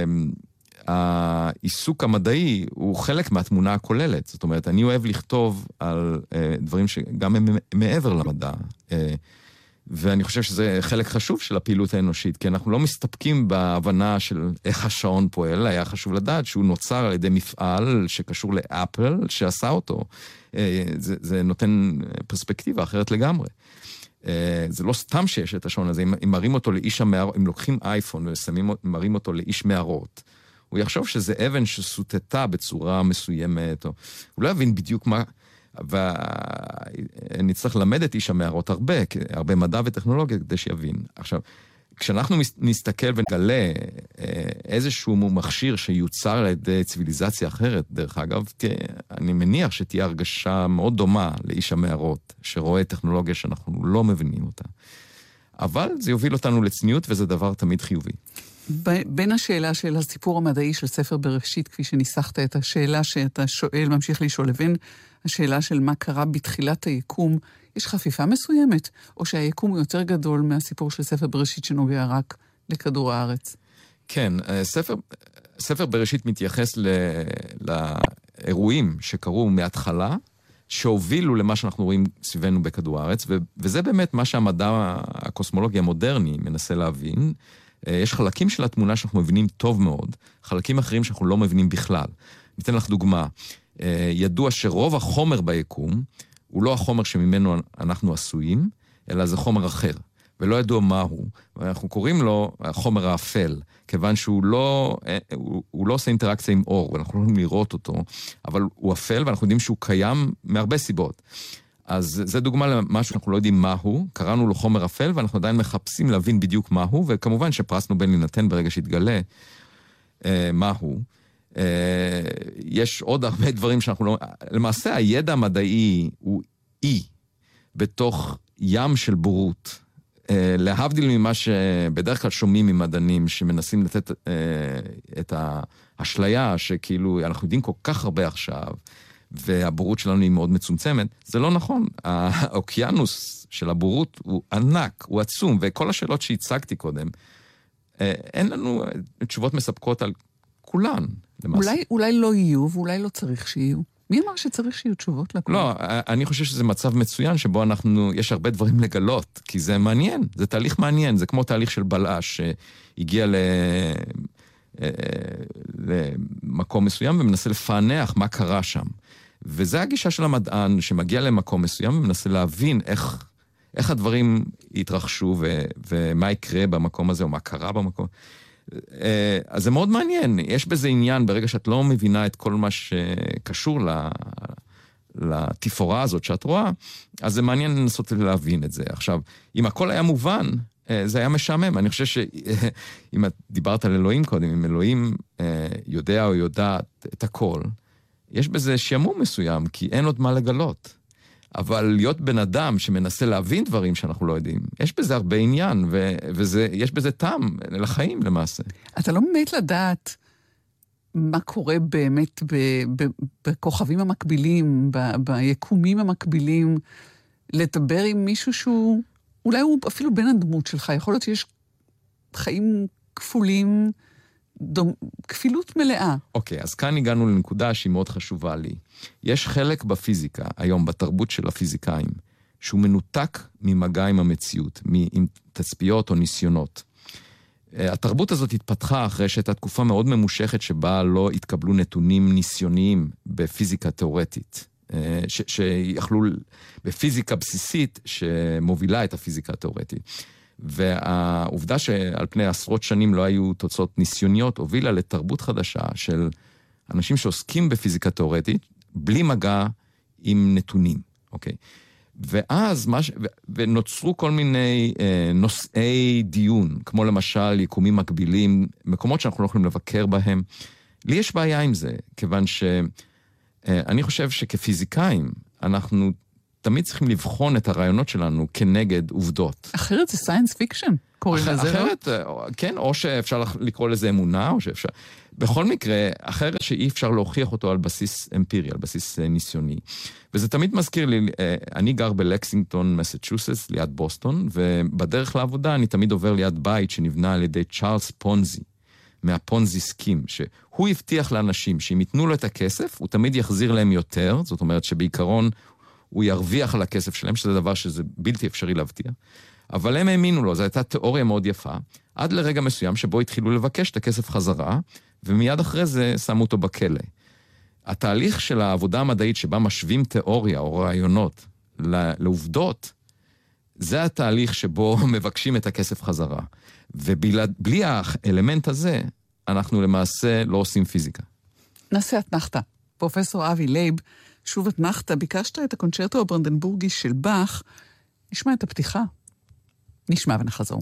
העיסוק המדעי הוא חלק מהתמונה הכוללת. זאת אומרת, אני אוהב לכתוב על דברים שגם הם מעבר למדע. ואני חושב שזה חלק חשוב של הפעילות האנושית, כי אנחנו לא מסתפקים בהבנה של איך השעון פועל, היה חשוב לדעת שהוא נוצר על ידי מפעל שקשור לאפל, שעשה אותו. זה, זה נותן פרספקטיבה אחרת לגמרי. זה לא סתם שיש את השעון הזה, אם מראים אותו לאיש המערות, אם לוקחים אייפון ומראים אותו לאיש מערות, הוא יחשוב שזה אבן שסוטטה בצורה מסוימת, או... הוא לא יבין בדיוק מה... ונצטרך ללמד את איש המערות הרבה, הרבה מדע וטכנולוגיה כדי שיבין. עכשיו, כשאנחנו נסתכל ונגלה איזשהו מכשיר שיוצר על ידי ציוויליזציה אחרת, דרך אגב, אני מניח שתהיה הרגשה מאוד דומה לאיש המערות, שרואה טכנולוגיה שאנחנו לא מבינים אותה. אבל זה יוביל אותנו לצניעות, וזה דבר תמיד חיובי. בין השאלה של הסיפור המדעי של ספר בראשית, כפי שניסחת את השאלה שאתה שואל, ממשיך לשאול, לבין השאלה של מה קרה בתחילת היקום, יש חפיפה מסוימת, או שהיקום הוא יותר גדול מהסיפור של ספר בראשית שנוגע רק לכדור הארץ? כן, ספר, ספר בראשית מתייחס ל, לאירועים שקרו מההתחלה, שהובילו למה שאנחנו רואים סביבנו בכדור הארץ, ו, וזה באמת מה שהמדע הקוסמולוגי המודרני מנסה להבין. יש חלקים של התמונה שאנחנו מבינים טוב מאוד, חלקים אחרים שאנחנו לא מבינים בכלל. ניתן לך דוגמה. ידוע שרוב החומר ביקום הוא לא החומר שממנו אנחנו עשויים, אלא זה חומר אחר, ולא ידוע מהו. ואנחנו קוראים לו החומר האפל, כיוון שהוא לא, הוא, הוא לא עושה אינטראקציה עם אור, ואנחנו לא יכולים לראות אותו, אבל הוא אפל, ואנחנו יודעים שהוא קיים מהרבה סיבות. אז זה דוגמה למשהו שאנחנו לא יודעים מהו, קראנו לו חומר אפל, ואנחנו עדיין מחפשים להבין בדיוק מהו, וכמובן שפרס נובל יינתן ברגע שיתגלה אה, מהו. אה, יש עוד הרבה דברים שאנחנו לא... למעשה הידע המדעי הוא אי, בתוך ים של בורות. אה, להבדיל ממה שבדרך כלל שומעים ממדענים, שמנסים לתת אה, את האשליה, שכאילו אנחנו יודעים כל כך הרבה עכשיו, והבורות שלנו היא מאוד מצומצמת, זה לא נכון. האוקיינוס של הבורות הוא ענק, הוא עצום, וכל השאלות שהצגתי קודם, אין לנו תשובות מספקות על כולן, למעשה. אולי, אולי לא יהיו, ואולי לא צריך שיהיו. מי אמר שצריך שיהיו תשובות לכול? לא, אני חושב שזה מצב מצוין, שבו אנחנו, יש הרבה דברים לגלות, כי זה מעניין, זה תהליך מעניין, זה כמו תהליך של בלש, שהגיע ל... למקום מסוים ומנסה לפענח מה קרה שם. וזה הגישה של המדען שמגיע למקום מסוים ומנסה להבין איך, איך הדברים יתרחשו ו, ומה יקרה במקום הזה או מה קרה במקום. אז זה מאוד מעניין. יש בזה עניין ברגע שאת לא מבינה את כל מה שקשור לתפאורה הזאת שאת רואה, אז זה מעניין לנסות להבין את זה. עכשיו, אם הכל היה מובן, זה היה משעמם. אני חושב שאם את דיברת על אלוהים קודם, אם אלוהים יודע או יודעת את הכל, יש בזה שעמום מסוים, כי אין עוד מה לגלות. אבל להיות בן אדם שמנסה להבין דברים שאנחנו לא יודעים, יש בזה הרבה עניין, ויש בזה טעם לחיים למעשה. אתה לא באמת לדעת מה קורה באמת בכוכבים המקבילים, ביקומים המקבילים, לדבר עם מישהו שהוא... אולי הוא אפילו בין הדמות שלך, יכול להיות שיש חיים כפולים דומ... כפילות מלאה. אוקיי, אז כאן הגענו לנקודה שהיא מאוד חשובה לי. יש חלק בפיזיקה, היום בתרבות של הפיזיקאים, שהוא מנותק ממגע עם המציאות, עם תצפיות או ניסיונות. התרבות הזאת התפתחה אחרי שהייתה תקופה מאוד ממושכת שבה לא התקבלו נתונים ניסיוניים בפיזיקה תיאורטית. ש- שיכלו בפיזיקה בסיסית שמובילה את הפיזיקה התיאורטית. והעובדה שעל פני עשרות שנים לא היו תוצאות ניסיוניות, הובילה לתרבות חדשה של אנשים שעוסקים בפיזיקה תיאורטית, בלי מגע עם נתונים, אוקיי? ואז, מש... ונוצרו כל מיני אה, נושאי דיון, כמו למשל יקומים מקבילים, מקומות שאנחנו לא יכולים לבקר בהם. לי יש בעיה עם זה, כיוון ש... אני חושב שכפיזיקאים אנחנו תמיד צריכים לבחון את הרעיונות שלנו כנגד עובדות. אחרת זה סיינס פיקשן, קוראים לזה. אחרת, כן, או שאפשר לקרוא לזה אמונה, או שאפשר... בכל מקרה, אחרת שאי אפשר להוכיח אותו על בסיס אמפירי, על בסיס ניסיוני. וזה תמיד מזכיר לי, אני גר בלקסינגטון, מסצ'וסטס, ליד בוסטון, ובדרך לעבודה אני תמיד עובר ליד בית שנבנה על ידי צ'ארלס פונזי. מהפונזי סקים, שהוא הבטיח לאנשים שאם ייתנו לו את הכסף, הוא תמיד יחזיר להם יותר, זאת אומרת שבעיקרון הוא ירוויח על הכסף שלהם, שזה דבר שזה בלתי אפשרי להבטיח. אבל הם האמינו לו, זו הייתה תיאוריה מאוד יפה, עד לרגע מסוים שבו התחילו לבקש את הכסף חזרה, ומיד אחרי זה שמו אותו בכלא. התהליך של העבודה המדעית שבה משווים תיאוריה או רעיונות לעובדות, זה התהליך שבו מבקשים את הכסף חזרה. ובלי האלמנט הזה, אנחנו למעשה לא עושים פיזיקה. נעשה אתנחתא. פרופסור אבי לייב, שוב אתנחתא, ביקשת את הקונצ'רטו הברנדנבורגי של באך, נשמע את הפתיחה. נשמע ונחזור.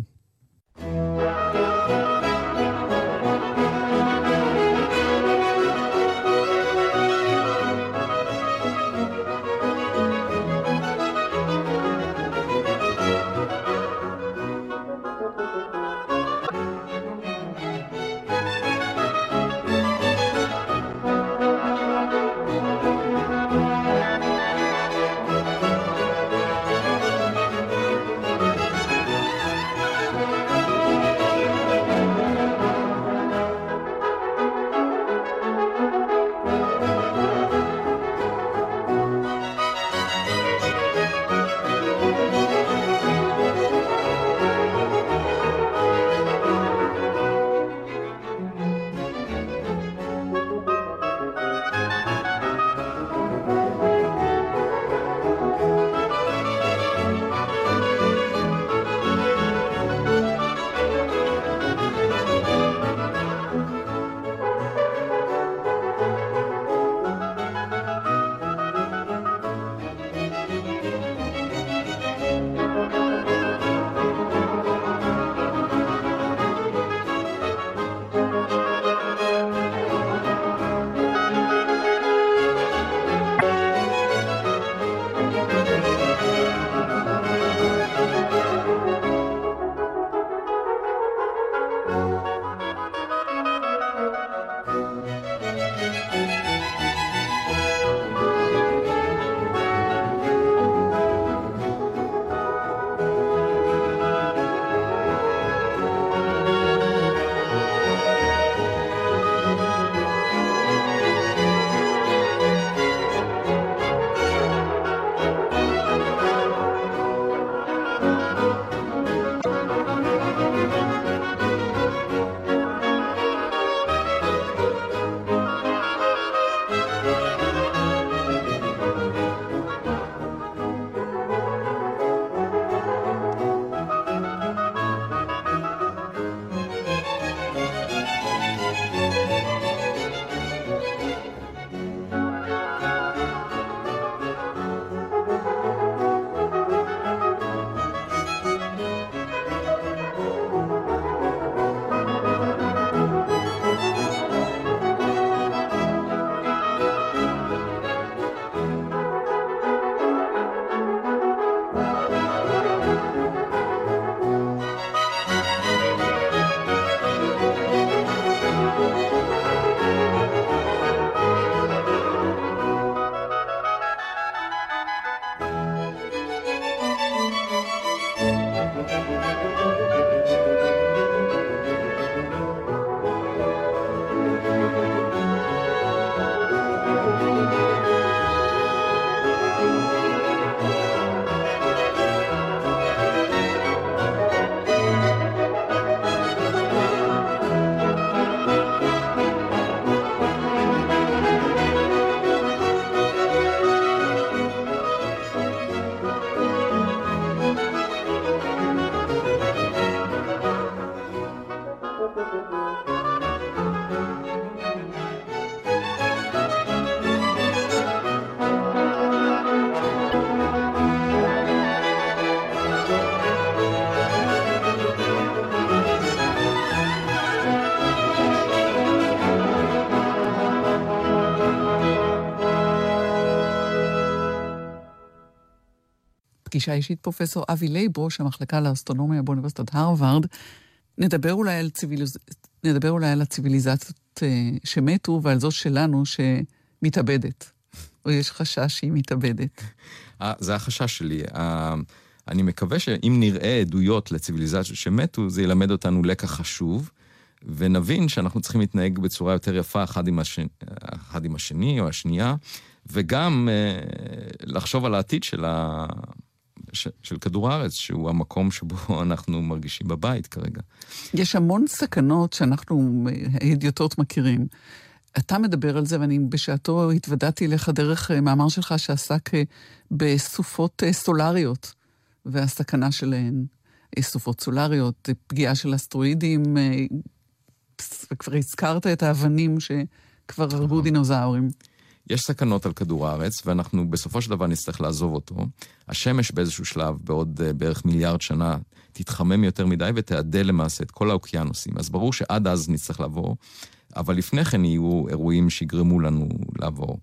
בפגישה אישית פרופסור אבי לייב, ראש המחלקה לאסטרונומיה באוניברסיטת הרווארד, נדבר אולי על, ציוויליז... נדבר אולי על הציוויליזציות שמתו ועל זו שלנו שמתאבדת. או יש חשש שהיא מתאבדת. זה החשש שלי. אני מקווה שאם נראה עדויות לציוויליזציות שמתו, זה ילמד אותנו לקח חשוב, ונבין שאנחנו צריכים להתנהג בצורה יותר יפה אחד עם השני, אחד עם השני או השנייה, וגם לחשוב על העתיד של, ה... של כדור הארץ, שהוא המקום שבו אנחנו מרגישים בבית כרגע. יש המון סכנות שאנחנו הידיוטות מכירים. אתה מדבר על זה, ואני בשעתו התוודעתי לך דרך מאמר שלך שעסק בסופות סולריות, והסכנה שלהן, סופות סולריות, פגיעה של אסטרואידים, וכבר הזכרת את האבנים שכבר הרגו דינוזאורים. יש סכנות על כדור הארץ, ואנחנו בסופו של דבר נצטרך לעזוב אותו. השמש באיזשהו שלב, בעוד בערך מיליארד שנה, תתחמם יותר מדי ותעדל למעשה את כל האוקיינוסים. אז ברור שעד אז נצטרך לעבור, אבל לפני כן יהיו אירועים שיגרמו לנו לעבור.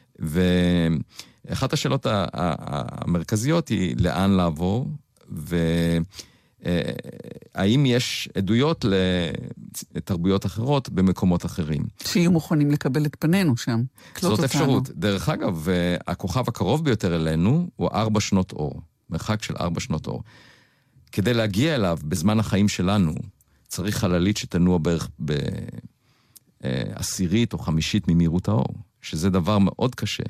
ואחת השאלות המרכזיות היא לאן לעבור, והאם יש עדויות לתרבויות אחרות במקומות אחרים. שיהיו מוכנים לקבל את פנינו שם. זאת אפשרות. דרך אגב, הכוכב הקרוב ביותר אלינו הוא ארבע שנות אור. מרחק של ארבע שנות אור. כדי להגיע אליו בזמן החיים שלנו, צריך חללית שתנוע בערך בעשירית או חמישית ממהירות האור, שזה דבר מאוד קשה.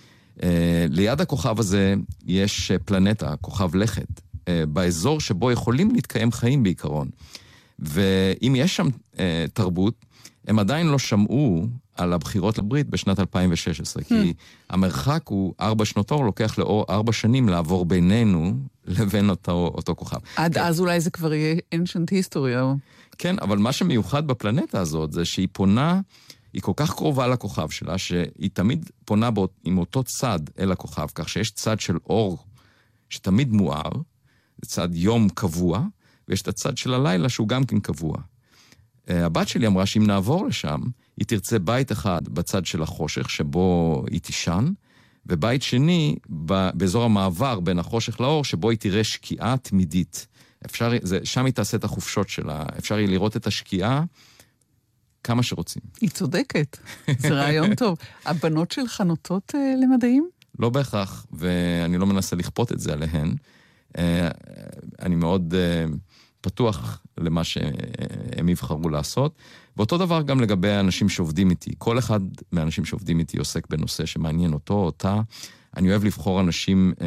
ליד הכוכב הזה יש פלנטה, כוכב לכת, באזור שבו יכולים להתקיים חיים בעיקרון. ואם יש שם תרבות, הם עדיין לא שמעו על הבחירות לברית בשנת אלפיים ושש עשרה, כי המרחק הוא ארבע שנות אור, לוקח לאור ארבע שנים לעבור בינינו לבין אותו, אותו כוכב. עד אז אולי זה כבר יהיה ancient history. כן, אבל מה שמיוחד בפלנטה הזאת זה שהיא פונה, היא כל כך קרובה לכוכב שלה, שהיא תמיד פונה בו, עם אותו צד אל הכוכב, כך שיש צד של אור שתמיד מואר, זה צד יום קבוע, ויש את הצד של הלילה שהוא גם כן קבוע. הבת שלי אמרה שאם נעבור לשם, היא תרצה בית אחד בצד של החושך, שבו היא תישן, ובית שני באזור המעבר בין החושך לאור, שבו היא תראה שקיעה תמידית. אפשר, זה, שם היא תעשה את החופשות שלה, אפשר היא לראות את השקיעה כמה שרוצים. היא צודקת, זה רעיון טוב. הבנות שלך נוטות uh, למדעים? לא בהכרח, ואני לא מנסה לכפות את זה עליהן. Uh, אני מאוד uh, פתוח למה שהם יבחרו לעשות. ואותו דבר גם לגבי האנשים שעובדים איתי. כל אחד מהאנשים שעובדים איתי עוסק בנושא שמעניין אותו, אותה. אני אוהב לבחור אנשים uh,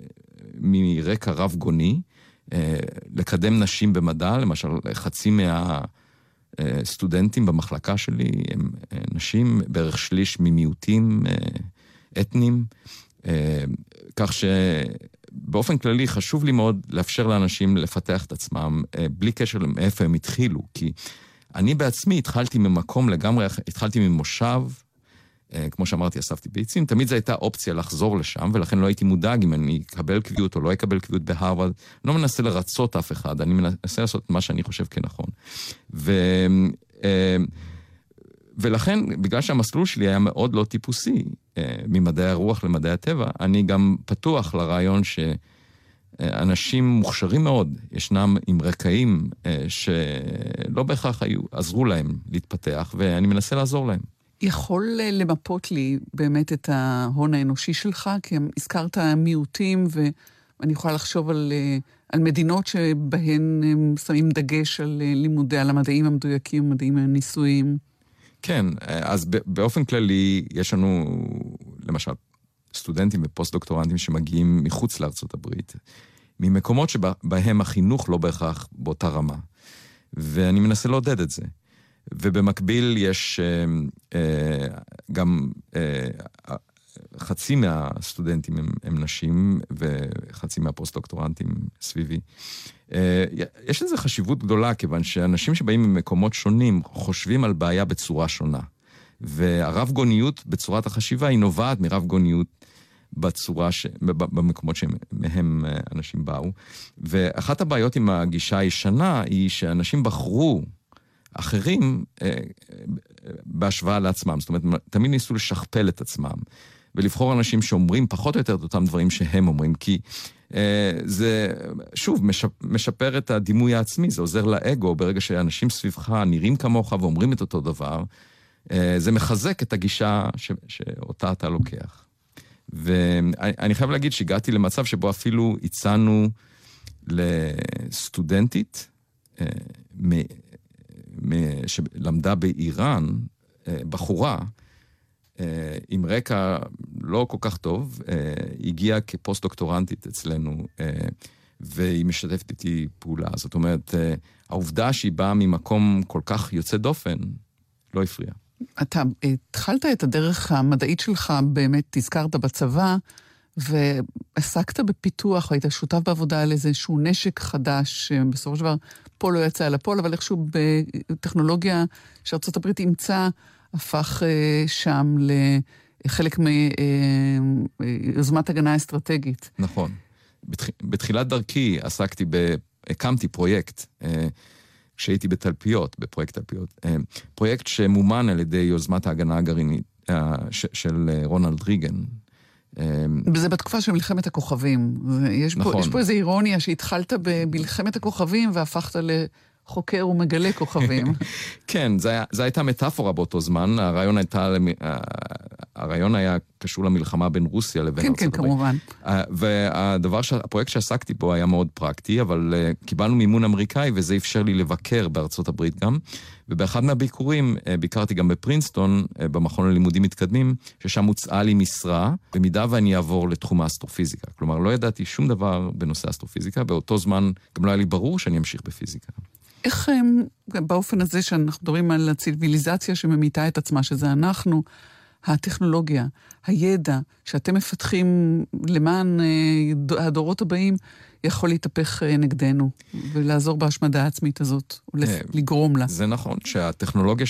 מרקע רב גוני, uh, לקדם נשים במדע, למשל חצי מה... סטודנטים במחלקה שלי הם נשים, בערך שליש ממיעוטים אתניים, כך שבאופן כללי חשוב לי מאוד לאפשר לאנשים לפתח את עצמם, בלי קשר לאיפה הם התחילו, כי אני בעצמי התחלתי ממקום לגמרי, התחלתי ממושב, כמו שאמרתי, אספתי ביצים, תמיד זו הייתה אופציה לחזור לשם, ולכן לא הייתי מודאג אם אני אקבל קביעות או לא אקבל קביעות בהרווארד, לא מנסה לרצות אף אחד, אני מנסה לעשות מה שאני חושב כנכון. ו... ולכן, בגלל שהמסלול שלי היה מאוד לא טיפוסי, ממדעי הרוח למדעי הטבע, אני גם פתוח לרעיון שאנשים מוכשרים מאוד, ישנם עם רקעים שלא בהכרח היו, עזרו להם להתפתח, ואני מנסה לעזור להם. יכול למפות לי באמת את ההון האנושי שלך, כי הזכרת מיעוטים, ואני יכולה לחשוב על, על מדינות שבהן הם שמים דגש על לימודי, על המדעים המדויקים, המדעים הניסויים. כן, אז באופן כללי יש לנו, למשל, סטודנטים ופוסט-דוקטורנטים שמגיעים מחוץ לארצות הברית, ממקומות שבהם החינוך לא בהכרח באותה רמה. ואני מנסה לעודד את זה. ובמקביל יש אה, גם אה, חצי מהסטודנטים הם, הם נשים, וחצי מהפוסט-דוקטורנטים סביבי. אה, יש לזה חשיבות גדולה, כיוון שאנשים שבאים ממקומות שונים חושבים על בעיה בצורה שונה. והרב גוניות בצורת החשיבה היא נובעת מרב גוניות בצורה ש... במקומות שמהם אנשים באו. ואחת הבעיות עם הגישה הישנה היא שאנשים בחרו אחרים אה, בהשוואה לעצמם. זאת אומרת, תמיד ניסו לשכפל את עצמם. ולבחור אנשים שאומרים פחות או יותר את אותם דברים שהם אומרים, כי אה, זה, שוב, משפ, משפר את הדימוי העצמי, זה עוזר לאגו, ברגע שאנשים סביבך נראים כמוך ואומרים את אותו דבר, אה, זה מחזק את הגישה ש, שאותה אתה לוקח. ואני חייב להגיד שהגעתי למצב שבו אפילו הצענו לסטודנטית אה, מ, מ, שלמדה באיראן, אה, בחורה, עם רקע לא כל כך טוב, הגיעה כפוסט-דוקטורנטית אצלנו, והיא משתפת איתי פעולה. זאת אומרת, העובדה שהיא באה ממקום כל כך יוצא דופן, לא הפריע. אתה התחלת את הדרך המדעית שלך, באמת תזכרת בצבא, ועסקת בפיתוח, היית שותף בעבודה על איזשהו נשק חדש, בסופו של דבר פה לא יצא על הפועל, אבל איכשהו בטכנולוגיה שארצות הברית אימצה, הפך שם לחלק מיוזמת הגנה אסטרטגית. נכון. בתחילת דרכי עסקתי, הקמתי פרויקט, כשהייתי בתלפיות, בפרויקט תלפיות, פרויקט שמומן על ידי יוזמת ההגנה הגרעינית של רונלד ריגן. זה בתקופה של מלחמת הכוכבים. יש פה, נכון. יש פה איזו אירוניה שהתחלת במלחמת הכוכבים והפכת ל... חוקר ומגלה כוכבים. כן, זה, זה הייתה מטאפורה באותו זמן, הרעיון, הייתה, הרעיון היה קשור למלחמה בין רוסיה לבין כן, ארצות כן, הברית. כמובן. והדבר, הפרויקט שעסקתי בו היה מאוד פרקטי, אבל קיבלנו מימון אמריקאי, וזה אפשר לי לבקר בארצות הברית גם, ובאחד מהביקורים ביקרתי גם בפרינסטון, במכון ללימודים מתקדמים, ששם הוצאה לי משרה, במידה ואני אעבור לתחום האסטרופיזיקה. כלומר, לא ידעתי שום דבר בנושא האסטרופיזיקה, באותו זמן גם לא היה לי ברור שאני אמשיך בפיזיקה. איך הם, באופן הזה שאנחנו מדברים על הציביליזציה שממיתה את עצמה, שזה אנחנו, הטכנולוגיה, הידע שאתם מפתחים למען הדורות הבאים, יכול להתהפך נגדנו, ולעזור בהשמדה העצמית הזאת, ולגרום לה. זה נכון, שהטכנולוגיה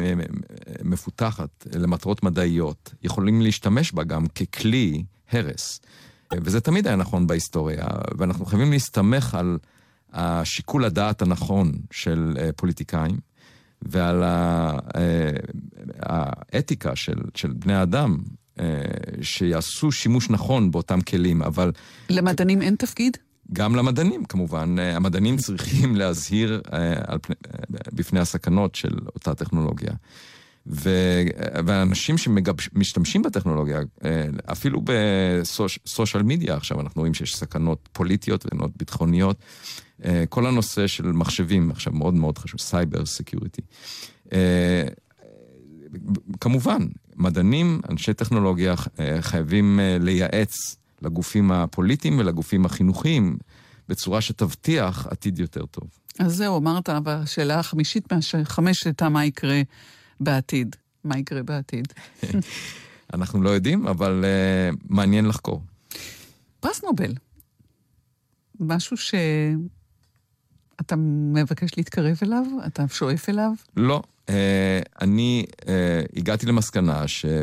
שמפותחת למטרות מדעיות, יכולים להשתמש בה גם ככלי הרס. וזה תמיד היה נכון בהיסטוריה, ואנחנו חייבים להסתמך על השיקול הדעת הנכון של פוליטיקאים, ועל האתיקה של, של בני האדם, שיעשו שימוש נכון באותם כלים, אבל... למדענים אין תפקיד? גם למדענים, כמובן. המדענים צריכים להזהיר על פני, בפני הסכנות של אותה טכנולוגיה. ואנשים שמשתמשים בטכנולוגיה, אפילו בסושיאל מדיה עכשיו, אנחנו רואים שיש סכנות פוליטיות וסכנות ביטחוניות, כל הנושא של מחשבים עכשיו מאוד מאוד חשוב, סייבר סקיוריטי. כמובן, מדענים, אנשי טכנולוגיה חייבים לייעץ לגופים הפוליטיים ולגופים החינוכיים, בצורה שתבטיח עתיד יותר טוב. אז זהו, אמרת, בשאלה החמישית מהחמש הייתה מה יקרה בעתיד. מה יקרה בעתיד? אנחנו לא יודעים, אבל uh, מעניין לחקור. פרס נובל. משהו שאתה מבקש להתקרב אליו? אתה שואף אליו? לא. Uh, אני uh, הגעתי למסקנה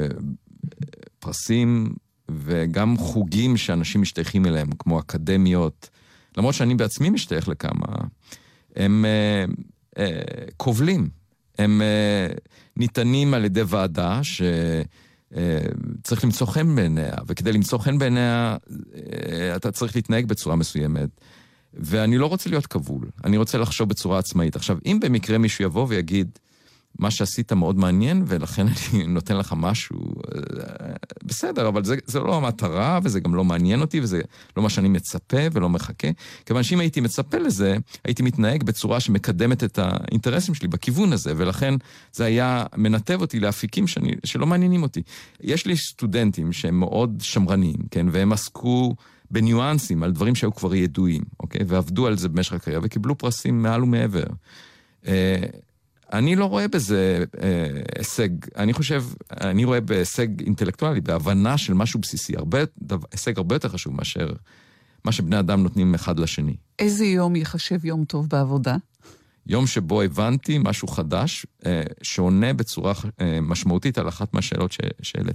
שפרסים וגם חוגים שאנשים משתייכים אליהם, כמו אקדמיות, למרות שאני בעצמי משתייך לכמה, הם uh, uh, קובלים. הם uh, ניתנים על ידי ועדה שצריך uh, למצוא חן בעיניה, וכדי למצוא חן בעיניה uh, אתה צריך להתנהג בצורה מסוימת, ואני לא רוצה להיות כבול, אני רוצה לחשוב בצורה עצמאית. עכשיו, אם במקרה מישהו יבוא ויגיד, מה שעשית מאוד מעניין, ולכן אני נותן לך משהו, בסדר, אבל זה, זה לא המטרה, וזה גם לא מעניין אותי, וזה לא מה שאני מצפה ולא מחכה. כיוון שאם הייתי מצפה לזה, הייתי מתנהג בצורה שמקדמת את האינטרסים שלי בכיוון הזה, ולכן זה היה מנתב אותי להפיקים שאני, שלא מעניינים אותי. יש לי סטודנטים שהם מאוד שמרניים, כן, והם עסקו בניואנסים על דברים שהיו כבר ידועים, אוקיי? ועבדו על זה במשך הקריירה, וקיבלו פרסים מעל ומעבר. אני לא רואה בזה אה, הישג, אני חושב, אני רואה בהישג אינטלקטואלי, בהבנה של משהו בסיסי, הרבה, דבר, הישג הרבה יותר חשוב מאשר מה שבני אדם נותנים אחד לשני. איזה יום יחשב יום טוב בעבודה? יום שבו הבנתי משהו חדש, אה, שעונה בצורה אה, משמעותית על אחת מהשאלות שהעליתי.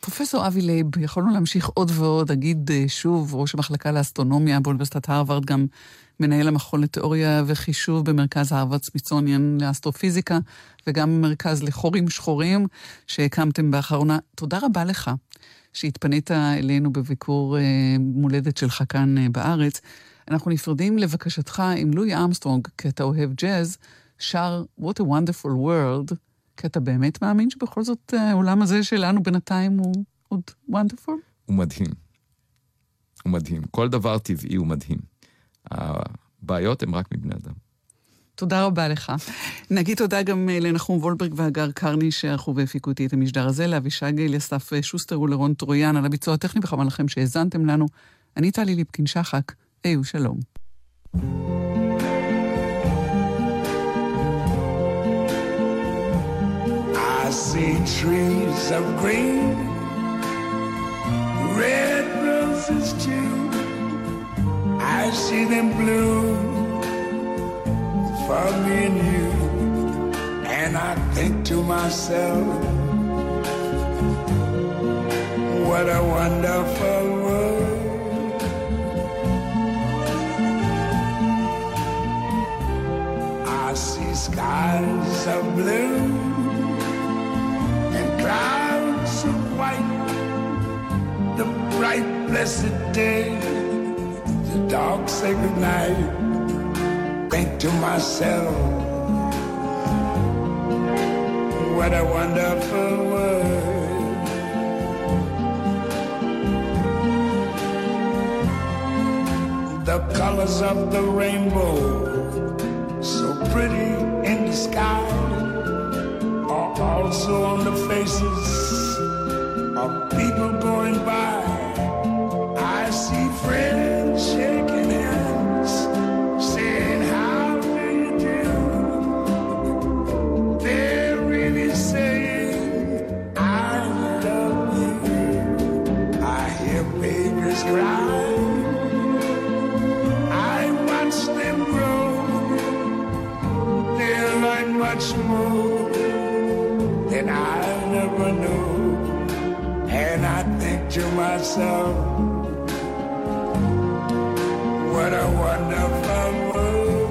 פרופסור אבי לייב, יכולנו להמשיך עוד ועוד, אגיד שוב, ראש המחלקה לאסטרונומיה באוניברסיטת הרווארד, גם מנהל המכון לתיאוריה וחישוב במרכז הרווארד סמיתסוניאן לאסטרופיזיקה, וגם מרכז לחורים שחורים שהקמתם באחרונה. תודה רבה לך שהתפנית אלינו בביקור מולדת שלך כאן בארץ. אנחנו נפרדים לבקשתך עם לואי ארמסטרונג, כי אתה אוהב ג'אז, שר What a Wonderful World, כי אתה באמת מאמין שבכל זאת העולם הזה שלנו בינתיים הוא עוד wonderful? הוא מדהים. הוא מדהים. כל דבר טבעי הוא מדהים. הבעיות הן רק מבני אדם. תודה רבה לך. נגיד תודה גם לנחום וולברג והגר קרני שערכו והפיקו אותי את המשדר הזה, לאבישג אליסף שוסטר ולרון טרויאן על הביצוע הטכני, וכמה לכם שהזנתם לנו. אני טלי ליפקין שחק. היו שלום. I see trees of green, red roses too. I see them bloom for me and you. And I think to myself, what a wonderful world. I see skies of blue, clouds of white, the bright blessed day, the dark sacred night. Think to myself, what a wonderful world. The colors of the rainbow, so pretty in the sky, also on the faces of people going by. I see friends shaking hands, saying, how do you do? They're really saying, I love you. I hear babies cry, I watch them grow. They'll learn much more and I never knew. And I think to myself, what a wonderful world.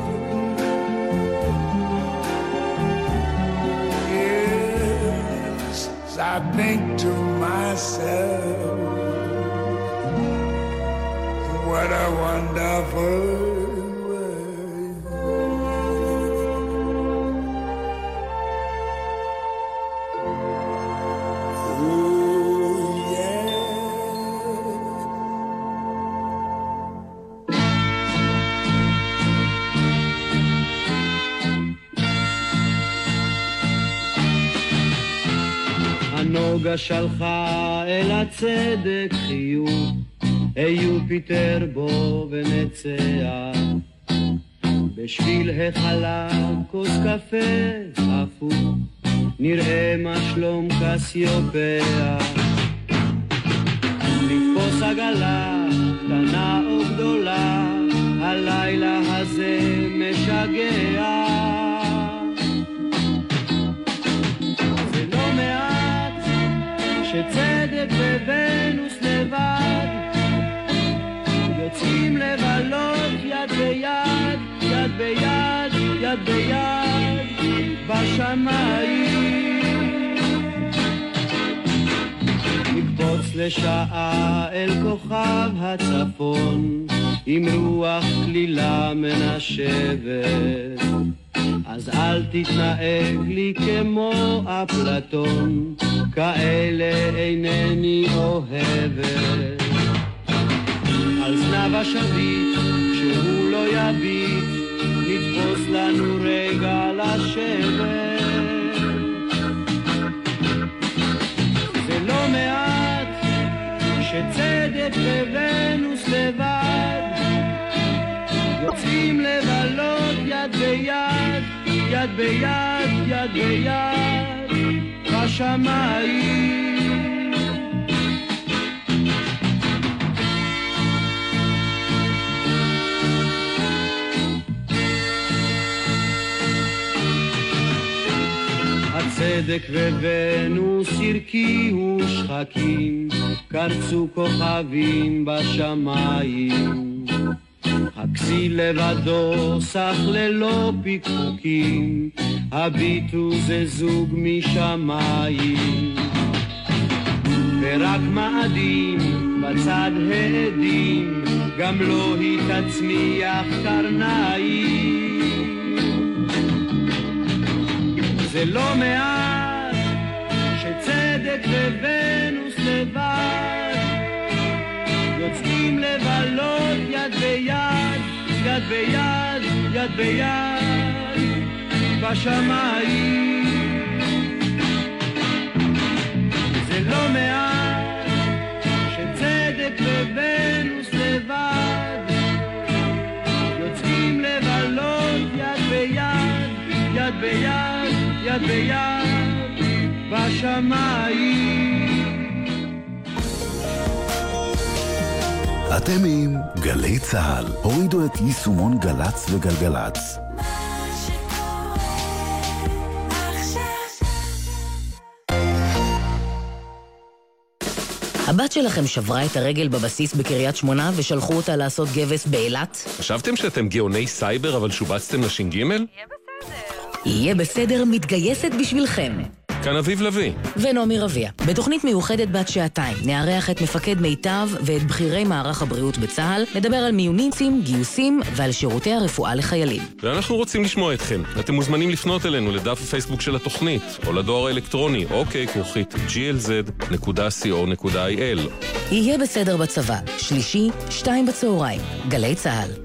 Yes, I think to myself, what a wonderful world. הנוגה שלחה אל הצדק חיוך, היו פיטר בו ונצח, בשביל החלה כוס קפה הפוך, נראה מה שלום קסיופיה. לתפוס עגלה קטנה או גדולה, הלילה הזה משגע. שצדק וונוס לבד יוצאים לבלות יד ביד, יד ביד, יד ביד בשמיים. נקפוץ לשעה אל כוכב הצפון עם רוח כלילה מנשבת, אז אל תתנהג לי כמו אפלטון, כאלה אינני אוהבת. על זנב השביט שהוא לא יביט, נתפוס לנו רגע לשבת. זה לא מעט שצדק וונוס לבד יוצאים לבלות יד ביד, יד ביד, יד ביד בשמיים. צדק וונוס הרקיעו שחקים, קרצו כוכבים בשמיים. הכסיל לבדו סך ללא פיקפוקים, הביטו זה זוג משמיים. ורק מאדים בצד העדים, גם לא היא תצמיח קרניים. זה לא מעט שצדק וונוס לבד יוצאים לבלות יד ביד, יד ביד, יד ביד בשמיים. זה לא מעט שצדק וונוס לבד יוצאים לבלות יד ביד, יד ביד, יד ביד בשמיים. אתם עם גלי צהל. הורידו את יישומון גלץ וגלגלץ. הבת שלכם שברה את הרגל בבסיס בקריית שמונה ושלחו אותה לעשות גבס באילת? חשבתם שאתם גאוני סייבר אבל שובצתם לש"ג? יהיה בסדר. יהיה בסדר מתגייסת בשבילכם. כאן אביב לוי. ונעמי רביע. בתוכנית מיוחדת בת שעתיים נארח את מפקד מיטב ואת בכירי מערך הבריאות בצה"ל, נדבר על מיוניצים, גיוסים ועל שירותי הרפואה לחיילים. ואנחנו רוצים לשמוע אתכם. אתם מוזמנים לפנות אלינו לדף הפייסבוק של התוכנית, או לדואר האלקטרוני, אוקיי, כרוכית, ג'י אל זד נקודה סי או נקודה איי אל. יהיה בסדר בצבא, שלישי, שתיים בצהריים, גלי צה"ל.